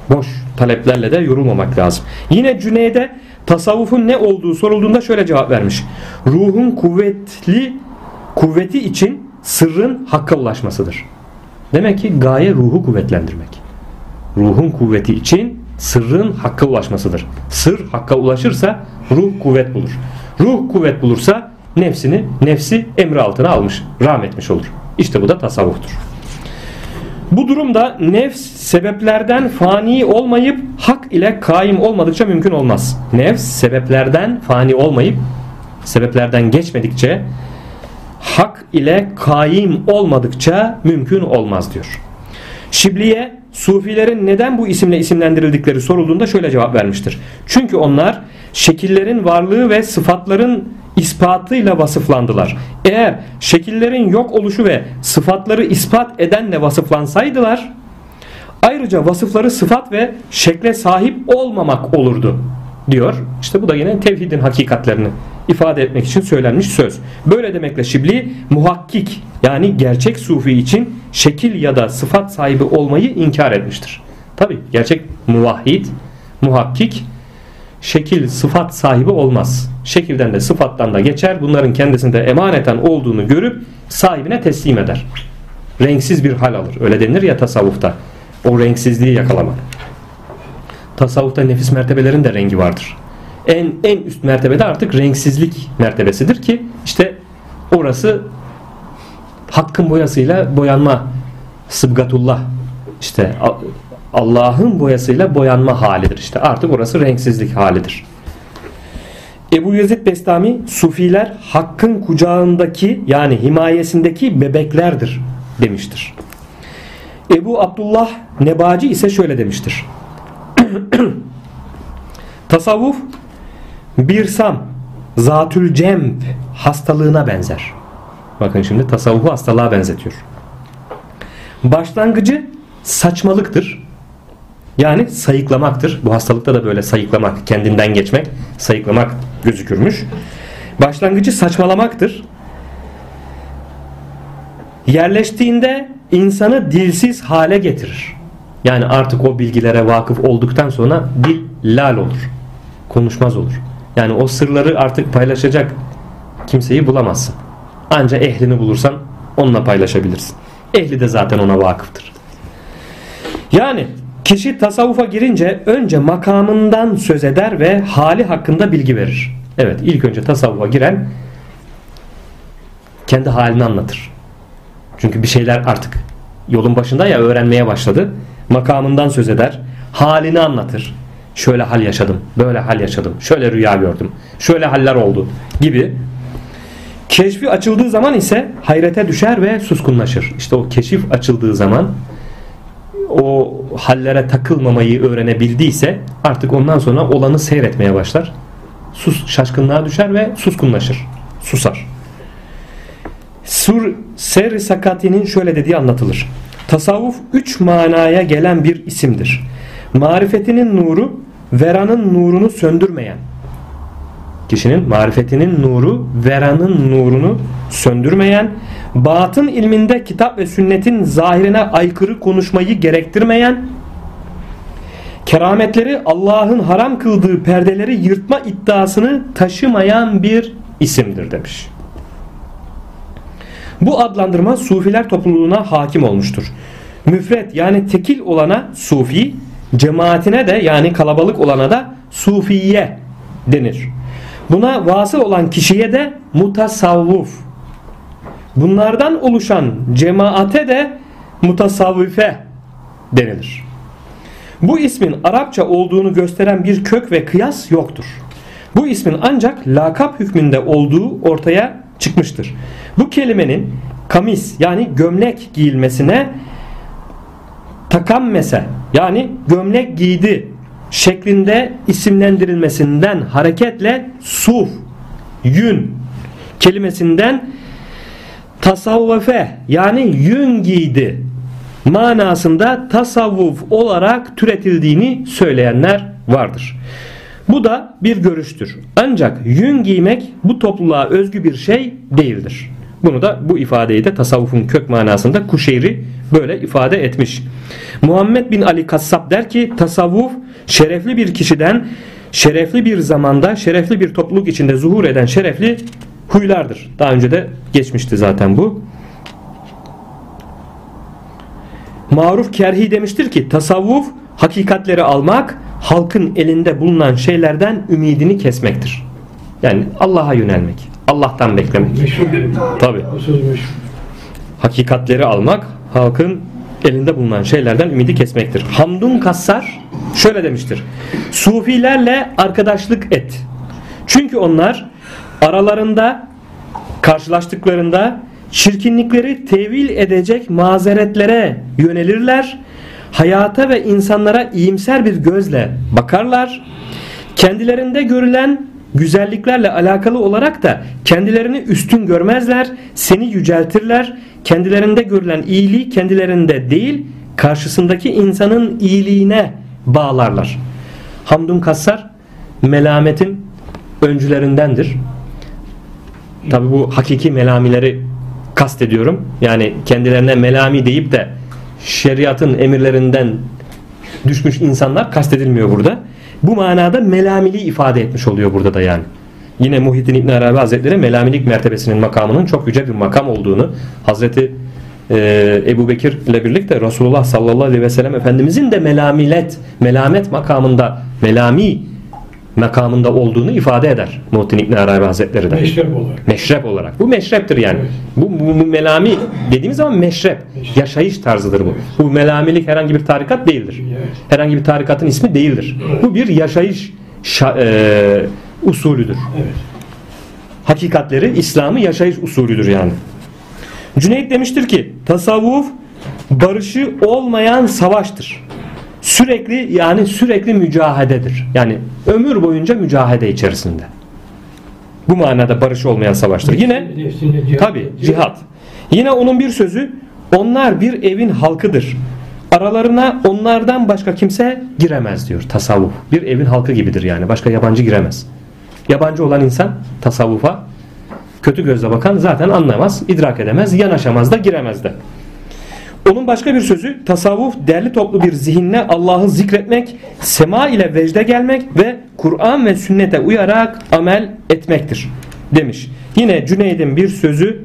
Boş taleplerle de yorulmamak lazım. Yine Cüneyd'e tasavvufun ne olduğu sorulduğunda şöyle cevap vermiş. Ruhun kuvvetli kuvveti için sırrın hakka ulaşmasıdır. Demek ki gaye ruhu kuvvetlendirmek. Ruhun kuvveti için sırrın hakka ulaşmasıdır. Sır hakka ulaşırsa ruh kuvvet bulur. Ruh kuvvet bulursa nefsini, nefsi emri altına almış, rahmetmiş olur. İşte bu da tasavvuftur. Bu durumda nefs sebeplerden fani olmayıp hak ile kaim olmadıkça mümkün olmaz. Nefs sebeplerden fani olmayıp sebeplerden geçmedikçe hak ile kaim olmadıkça mümkün olmaz diyor. Şibliye Sufilerin neden bu isimle isimlendirildikleri sorulduğunda şöyle cevap vermiştir. Çünkü onlar şekillerin varlığı ve sıfatların ispatıyla vasıflandılar. Eğer şekillerin yok oluşu ve sıfatları ispat edenle vasıflansaydılar, ayrıca vasıfları sıfat ve şekle sahip olmamak olurdu diyor. İşte bu da yine tevhidin hakikatlerini ifade etmek için söylenmiş söz. Böyle demekle Şibli muhakkik yani gerçek sufi için şekil ya da sıfat sahibi olmayı inkar etmiştir. Tabi gerçek muvahhid, muhakkik şekil sıfat sahibi olmaz. Şekilden de sıfattan da geçer. Bunların kendisinde emaneten olduğunu görüp sahibine teslim eder. Renksiz bir hal alır. Öyle denir ya tasavvufta. O renksizliği yakalamak. Tasavvufta nefis mertebelerin de rengi vardır. En en üst mertebede artık renksizlik mertebesidir ki işte orası hakkın boyasıyla boyanma, sıbgatullah, işte Allah'ın boyasıyla boyanma halidir. İşte artık orası renksizlik halidir. Ebu Yezid Bestami Sufiler hakkın kucağındaki yani himayesindeki bebeklerdir demiştir. Ebu Abdullah Nebaci ise şöyle demiştir. Tasavvuf bir sam zatül cemp hastalığına benzer. Bakın şimdi tasavvufu hastalığa benzetiyor. Başlangıcı saçmalıktır. Yani sayıklamaktır. Bu hastalıkta da böyle sayıklamak, kendinden geçmek, sayıklamak gözükürmüş. Başlangıcı saçmalamaktır. Yerleştiğinde insanı dilsiz hale getirir. Yani artık o bilgilere vakıf olduktan sonra dil lal olur. Konuşmaz olur. Yani o sırları artık paylaşacak kimseyi bulamazsın. Ancak ehlini bulursan onunla paylaşabilirsin. Ehli de zaten ona vakıftır. Yani kişi tasavvufa girince önce makamından söz eder ve hali hakkında bilgi verir. Evet, ilk önce tasavvufa giren kendi halini anlatır. Çünkü bir şeyler artık yolun başında ya öğrenmeye başladı. Makamından söz eder, halini anlatır. Şöyle hal yaşadım, böyle hal yaşadım, şöyle rüya gördüm, şöyle haller oldu gibi. Keşfi açıldığı zaman ise hayrete düşer ve suskunlaşır. İşte o keşif açıldığı zaman o hallere takılmamayı öğrenebildiyse artık ondan sonra olanı seyretmeye başlar. Sus, şaşkınlığa düşer ve suskunlaşır. Susar. Sur Ser-i Sakati'nin şöyle dediği anlatılır. Tasavvuf üç manaya gelen bir isimdir. Marifetinin nuru, veranın nurunu söndürmeyen. Kişinin marifetinin nuru, veranın nurunu söndürmeyen, batın ilminde kitap ve sünnetin zahirine aykırı konuşmayı gerektirmeyen, kerametleri Allah'ın haram kıldığı perdeleri yırtma iddiasını taşımayan bir isimdir demiş. Bu adlandırma Sufiler topluluğuna hakim olmuştur. Müfret yani tekil olana Sufi, cemaatine de yani kalabalık olana da Sufiye denir. Buna vasıl olan kişiye de mutasavvuf. Bunlardan oluşan cemaate de mutasavvife denilir. Bu ismin Arapça olduğunu gösteren bir kök ve kıyas yoktur. Bu ismin ancak lakap hükmünde olduğu ortaya çıkmıştır. Bu kelimenin kamis yani gömlek giyilmesine takammese yani gömlek giydi şeklinde isimlendirilmesinden hareketle suf, yün kelimesinden tasavvufe yani yün giydi manasında tasavvuf olarak türetildiğini söyleyenler vardır. Bu da bir görüştür. Ancak yün giymek bu topluluğa özgü bir şey değildir. Bunu da bu ifadeyi de tasavvufun kök manasında Kuşeyri böyle ifade etmiş. Muhammed bin Ali Kassab der ki tasavvuf şerefli bir kişiden şerefli bir zamanda şerefli bir topluluk içinde zuhur eden şerefli huylardır. Daha önce de geçmişti zaten bu. Maruf Kerhi demiştir ki tasavvuf hakikatleri almak, halkın elinde bulunan şeylerden ümidini kesmektir. Yani Allah'a yönelmek, Allah'tan beklemek. Meşhur değil mi? Tabii. O söz meşhur. Hakikatleri almak, halkın elinde bulunan şeylerden ümidi kesmektir. Hamdun Kassar şöyle demiştir. Sufilerle arkadaşlık et. Çünkü onlar aralarında karşılaştıklarında çirkinlikleri tevil edecek mazeretlere yönelirler. Hayata ve insanlara iyimser bir gözle bakarlar. Kendilerinde görülen güzelliklerle alakalı olarak da kendilerini üstün görmezler. Seni yüceltirler. Kendilerinde görülen iyiliği kendilerinde değil, karşısındaki insanın iyiliğine bağlarlar. Hamdun Kassar melametin öncülerindendir. Tabi bu hakiki melamileri kastediyorum. Yani kendilerine melami deyip de şeriatın emirlerinden düşmüş insanlar kastedilmiyor burada. Bu manada melamiliği ifade etmiş oluyor burada da yani. Yine Muhyiddin İbn Arabi Hazretleri melamilik mertebesinin makamının çok yüce bir makam olduğunu, Hazreti e, Ebu Bekir ile birlikte Resulullah sallallahu aleyhi ve sellem Efendimizin de melamilet, melamet makamında, melami makamında olduğunu ifade eder Muhyiddin İbn Arabi Hazretleri de. Meşrep olarak. Meşrep olarak. Bu meşreptir yani. Evet. Bu, bu, bu melami dediğimiz zaman meşrep. Meşrep. Yaşayış tarzıdır bu. Evet. Bu melamilik herhangi bir tarikat değildir. Evet. Herhangi bir tarikatın ismi değildir. Evet. Bu bir yaşayış şa- e, usulüdür. Evet. Hakikatleri İslam'ı yaşayış usulüdür yani. Cüneyt demiştir ki tasavvuf barışı olmayan savaştır. Sürekli yani sürekli mücahededir. Yani ömür boyunca mücahede içerisinde. Bu manada barış olmayan savaştır. Yine Nefsinde cihat. tabi cihat. Yine onun bir sözü onlar bir evin halkıdır. Aralarına onlardan başka kimse giremez diyor tasavvuf. Bir evin halkı gibidir yani. Başka yabancı giremez. Yabancı olan insan tasavvufa kötü gözle bakan zaten anlamaz, idrak edemez, yanaşamaz da giremez de. Onun başka bir sözü tasavvuf derli toplu bir zihinle Allah'ı zikretmek, sema ile vecde gelmek ve Kur'an ve sünnete uyarak amel etmektir demiş. Yine Cüneyd'in bir sözü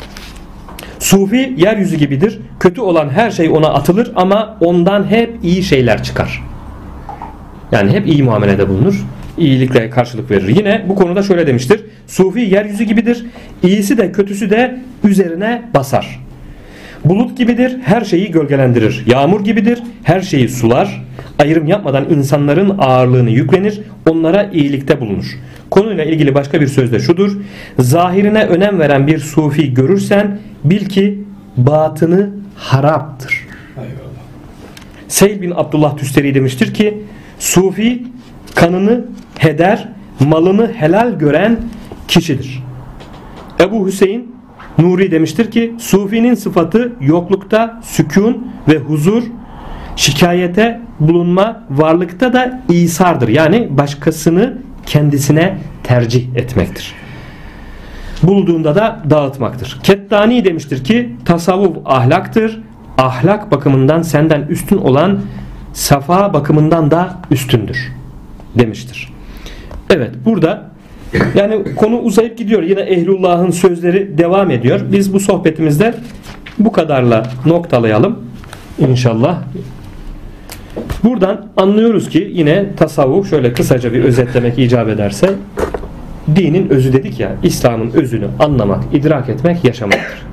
Sufi yeryüzü gibidir. Kötü olan her şey ona atılır ama ondan hep iyi şeyler çıkar. Yani hep iyi muamelede bulunur. İyilikle karşılık verir. Yine bu konuda şöyle demiştir. Sufi yeryüzü gibidir. İyisi de kötüsü de üzerine basar. Bulut gibidir, her şeyi gölgelendirir. Yağmur gibidir, her şeyi sular. Ayrım yapmadan insanların ağırlığını yüklenir, onlara iyilikte bulunur. Konuyla ilgili başka bir söz de şudur. Zahirine önem veren bir sufi görürsen bil ki batını haraptır. Eyvallah. Seyl bin Abdullah Tüsteri demiştir ki sufi kanını heder, malını helal gören kişidir. Ebu Hüseyin Nuri demiştir ki sufinin sıfatı yoklukta sükun ve huzur, şikayete bulunma, varlıkta da isardır. Yani başkasını kendisine tercih etmektir. Bulduğunda da dağıtmaktır. Kettani demiştir ki tasavvuf ahlaktır. Ahlak bakımından senden üstün olan safa bakımından da üstündür demiştir. Evet, burada yani konu uzayıp gidiyor. Yine Ehlullah'ın sözleri devam ediyor. Biz bu sohbetimizde bu kadarla noktalayalım İnşallah. Buradan anlıyoruz ki yine tasavvuf şöyle kısaca bir özetlemek icap ederse dinin özü dedik ya, İslam'ın özünü anlamak, idrak etmek, yaşamaktır.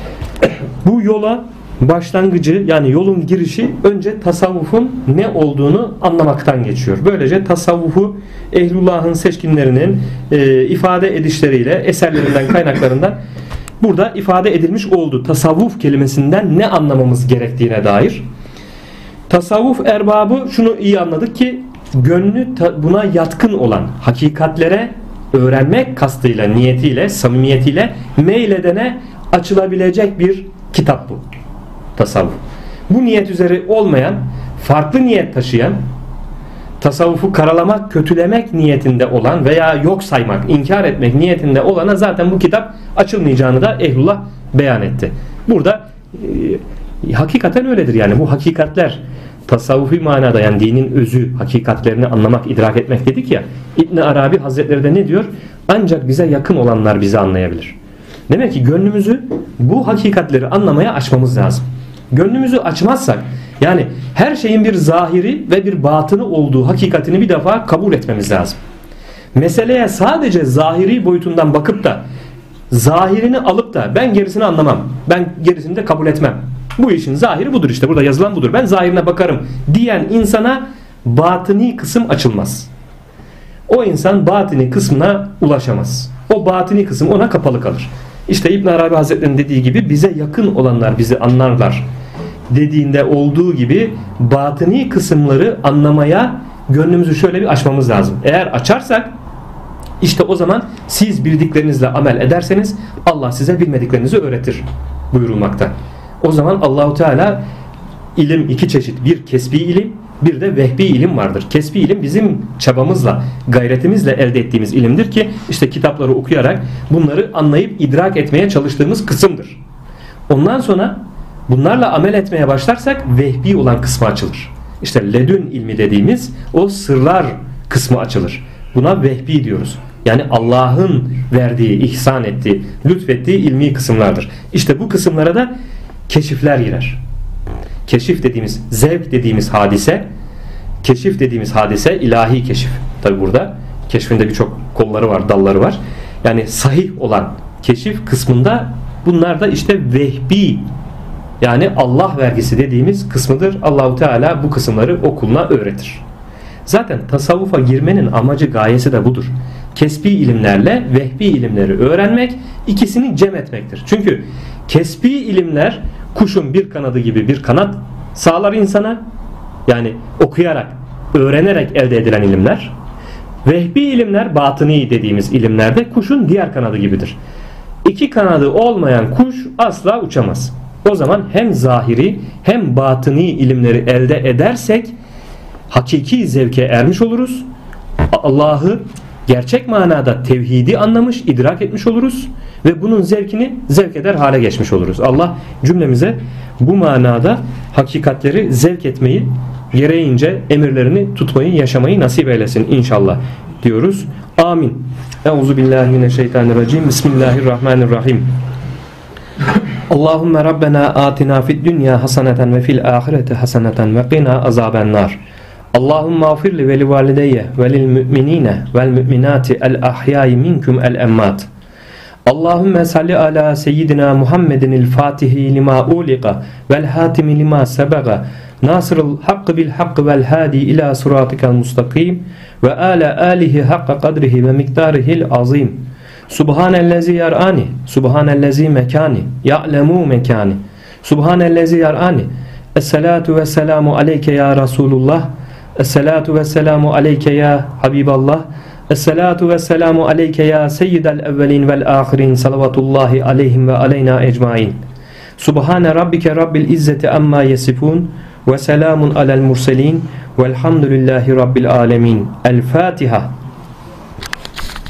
Bu yola başlangıcı yani yolun girişi önce tasavvufun ne olduğunu anlamaktan geçiyor. Böylece tasavvufu Ehlullah'ın seçkinlerinin e, ifade edişleriyle eserlerinden kaynaklarından burada ifade edilmiş oldu. Tasavvuf kelimesinden ne anlamamız gerektiğine dair. Tasavvuf erbabı şunu iyi anladık ki gönlü buna yatkın olan hakikatlere öğrenmek kastıyla, niyetiyle, samimiyetiyle meyledene açılabilecek bir kitap bu. Tasavvuf. Bu niyet üzere olmayan, farklı niyet taşıyan, tasavvufu karalamak, kötülemek niyetinde olan veya yok saymak, inkar etmek niyetinde olana zaten bu kitap açılmayacağını da Ehlullah beyan etti. Burada Hakikaten öyledir yani. Bu hakikatler tasavvufi manada, yani dinin özü, hakikatlerini anlamak, idrak etmek dedik ya. İbn Arabi Hazretleri de ne diyor? Ancak bize yakın olanlar bizi anlayabilir. Demek ki gönlümüzü bu hakikatleri anlamaya açmamız lazım. Gönlümüzü açmazsak, yani her şeyin bir zahiri ve bir batını olduğu hakikatini bir defa kabul etmemiz lazım. Meseleye sadece zahiri boyutundan bakıp da zahirini alıp da ben gerisini anlamam, ben gerisini de kabul etmem, bu işin zahiri budur, işte burada yazılan budur, ben zahirine bakarım diyen insana batini kısım açılmaz. O insan batini kısmına ulaşamaz. O batini kısım ona kapalı kalır. İşte İbn Arabi Hazretleri'nin dediği gibi bize yakın olanlar bizi anlarlar dediğinde olduğu gibi batini kısımları anlamaya gönlümüzü şöyle bir açmamız lazım. Eğer açarsak işte o zaman siz bildiklerinizle amel ederseniz Allah size bilmediklerinizi öğretir buyurulmakta. O zaman Allahu Teala, ilim iki çeşit, bir kesbi ilim, bir de vehbi ilim vardır. Kesbi ilim bizim çabamızla, gayretimizle elde ettiğimiz ilimdir ki işte kitapları okuyarak bunları anlayıp idrak etmeye çalıştığımız kısımdır. Ondan sonra bunlarla amel etmeye başlarsak vehbi olan kısmı açılır. İşte ledün ilmi dediğimiz o sırlar kısmı açılır. Buna vehbi diyoruz. Yani Allah'ın verdiği, ihsan ettiği, lütfettiği ilmi kısımlardır. İşte bu kısımlara da keşifler girer. Keşif dediğimiz, zevk dediğimiz hadise, keşif dediğimiz hadise ilahi keşif. Tabi burada keşfinde birçok kolları var, dalları var. Yani sahih olan keşif kısmında bunlar da işte vehbi, yani Allah vergisi dediğimiz kısmıdır. Allahu Teala bu kısımları o kuluna öğretir. Zaten tasavvufa girmenin amacı, gayesi de budur. Kesbi ilimlerle vehbi ilimleri öğrenmek, ikisini cem etmektir. Çünkü kesbi ilimler kuşun bir kanadı gibi bir kanat sağlar insana. Yani okuyarak, öğrenerek elde edilen ilimler. Vehbi ilimler, batıni dediğimiz ilimlerde kuşun diğer kanadı gibidir. İki kanadı olmayan kuş asla uçamaz. O zaman hem zahiri hem batıni ilimleri elde edersek hakiki zevke ermiş oluruz. Allah'ı gerçek manada tevhidi anlamış, idrak etmiş oluruz ve bunun zevkini zevk eder hale geçmiş oluruz. Allah cümlemize bu manada hakikatleri zevk etmeyi, gereğince emirlerini tutmayı, yaşamayı nasip eylesin inşallah diyoruz. Amin. Euzubillahimineşşeytanirracim. Bismillahirrahmanirrahim. Allahümme Rabbena atina fid dünya haseneten ve fil ahireti haseneten ve qina azabennar. Allahümme afirli ve li valideyye ve lil müminine vel müminati el ahyai minkum el emmat. Allahümme salli ala seyyidina Muhammedin el fatihi lima uliqa vel hatimi lima sebaga nasırıl hakkı bil hakkı vel hadi ila suratikel mustakim ve ala alihi hakka kadrihi ve miktarihil azim. Subhanellezi yar'ani, subhanellezi mekani, ya'lemu mekani, subhanellezi yar'ani. Esselatu ve selamu aleyke ya Resulullah, esselatu ve selamu aleyke ya Habiballah, esselatu ve selamu aleyke ya seyyidel evvelin vel ahirin, salavatullahi aleyhim ve aleyna ecmain. Subhane rabbike rabbil izzeti amma yesifun ve selamun alel murselin velhamdülillahi rabbil alemin. El Fatiha.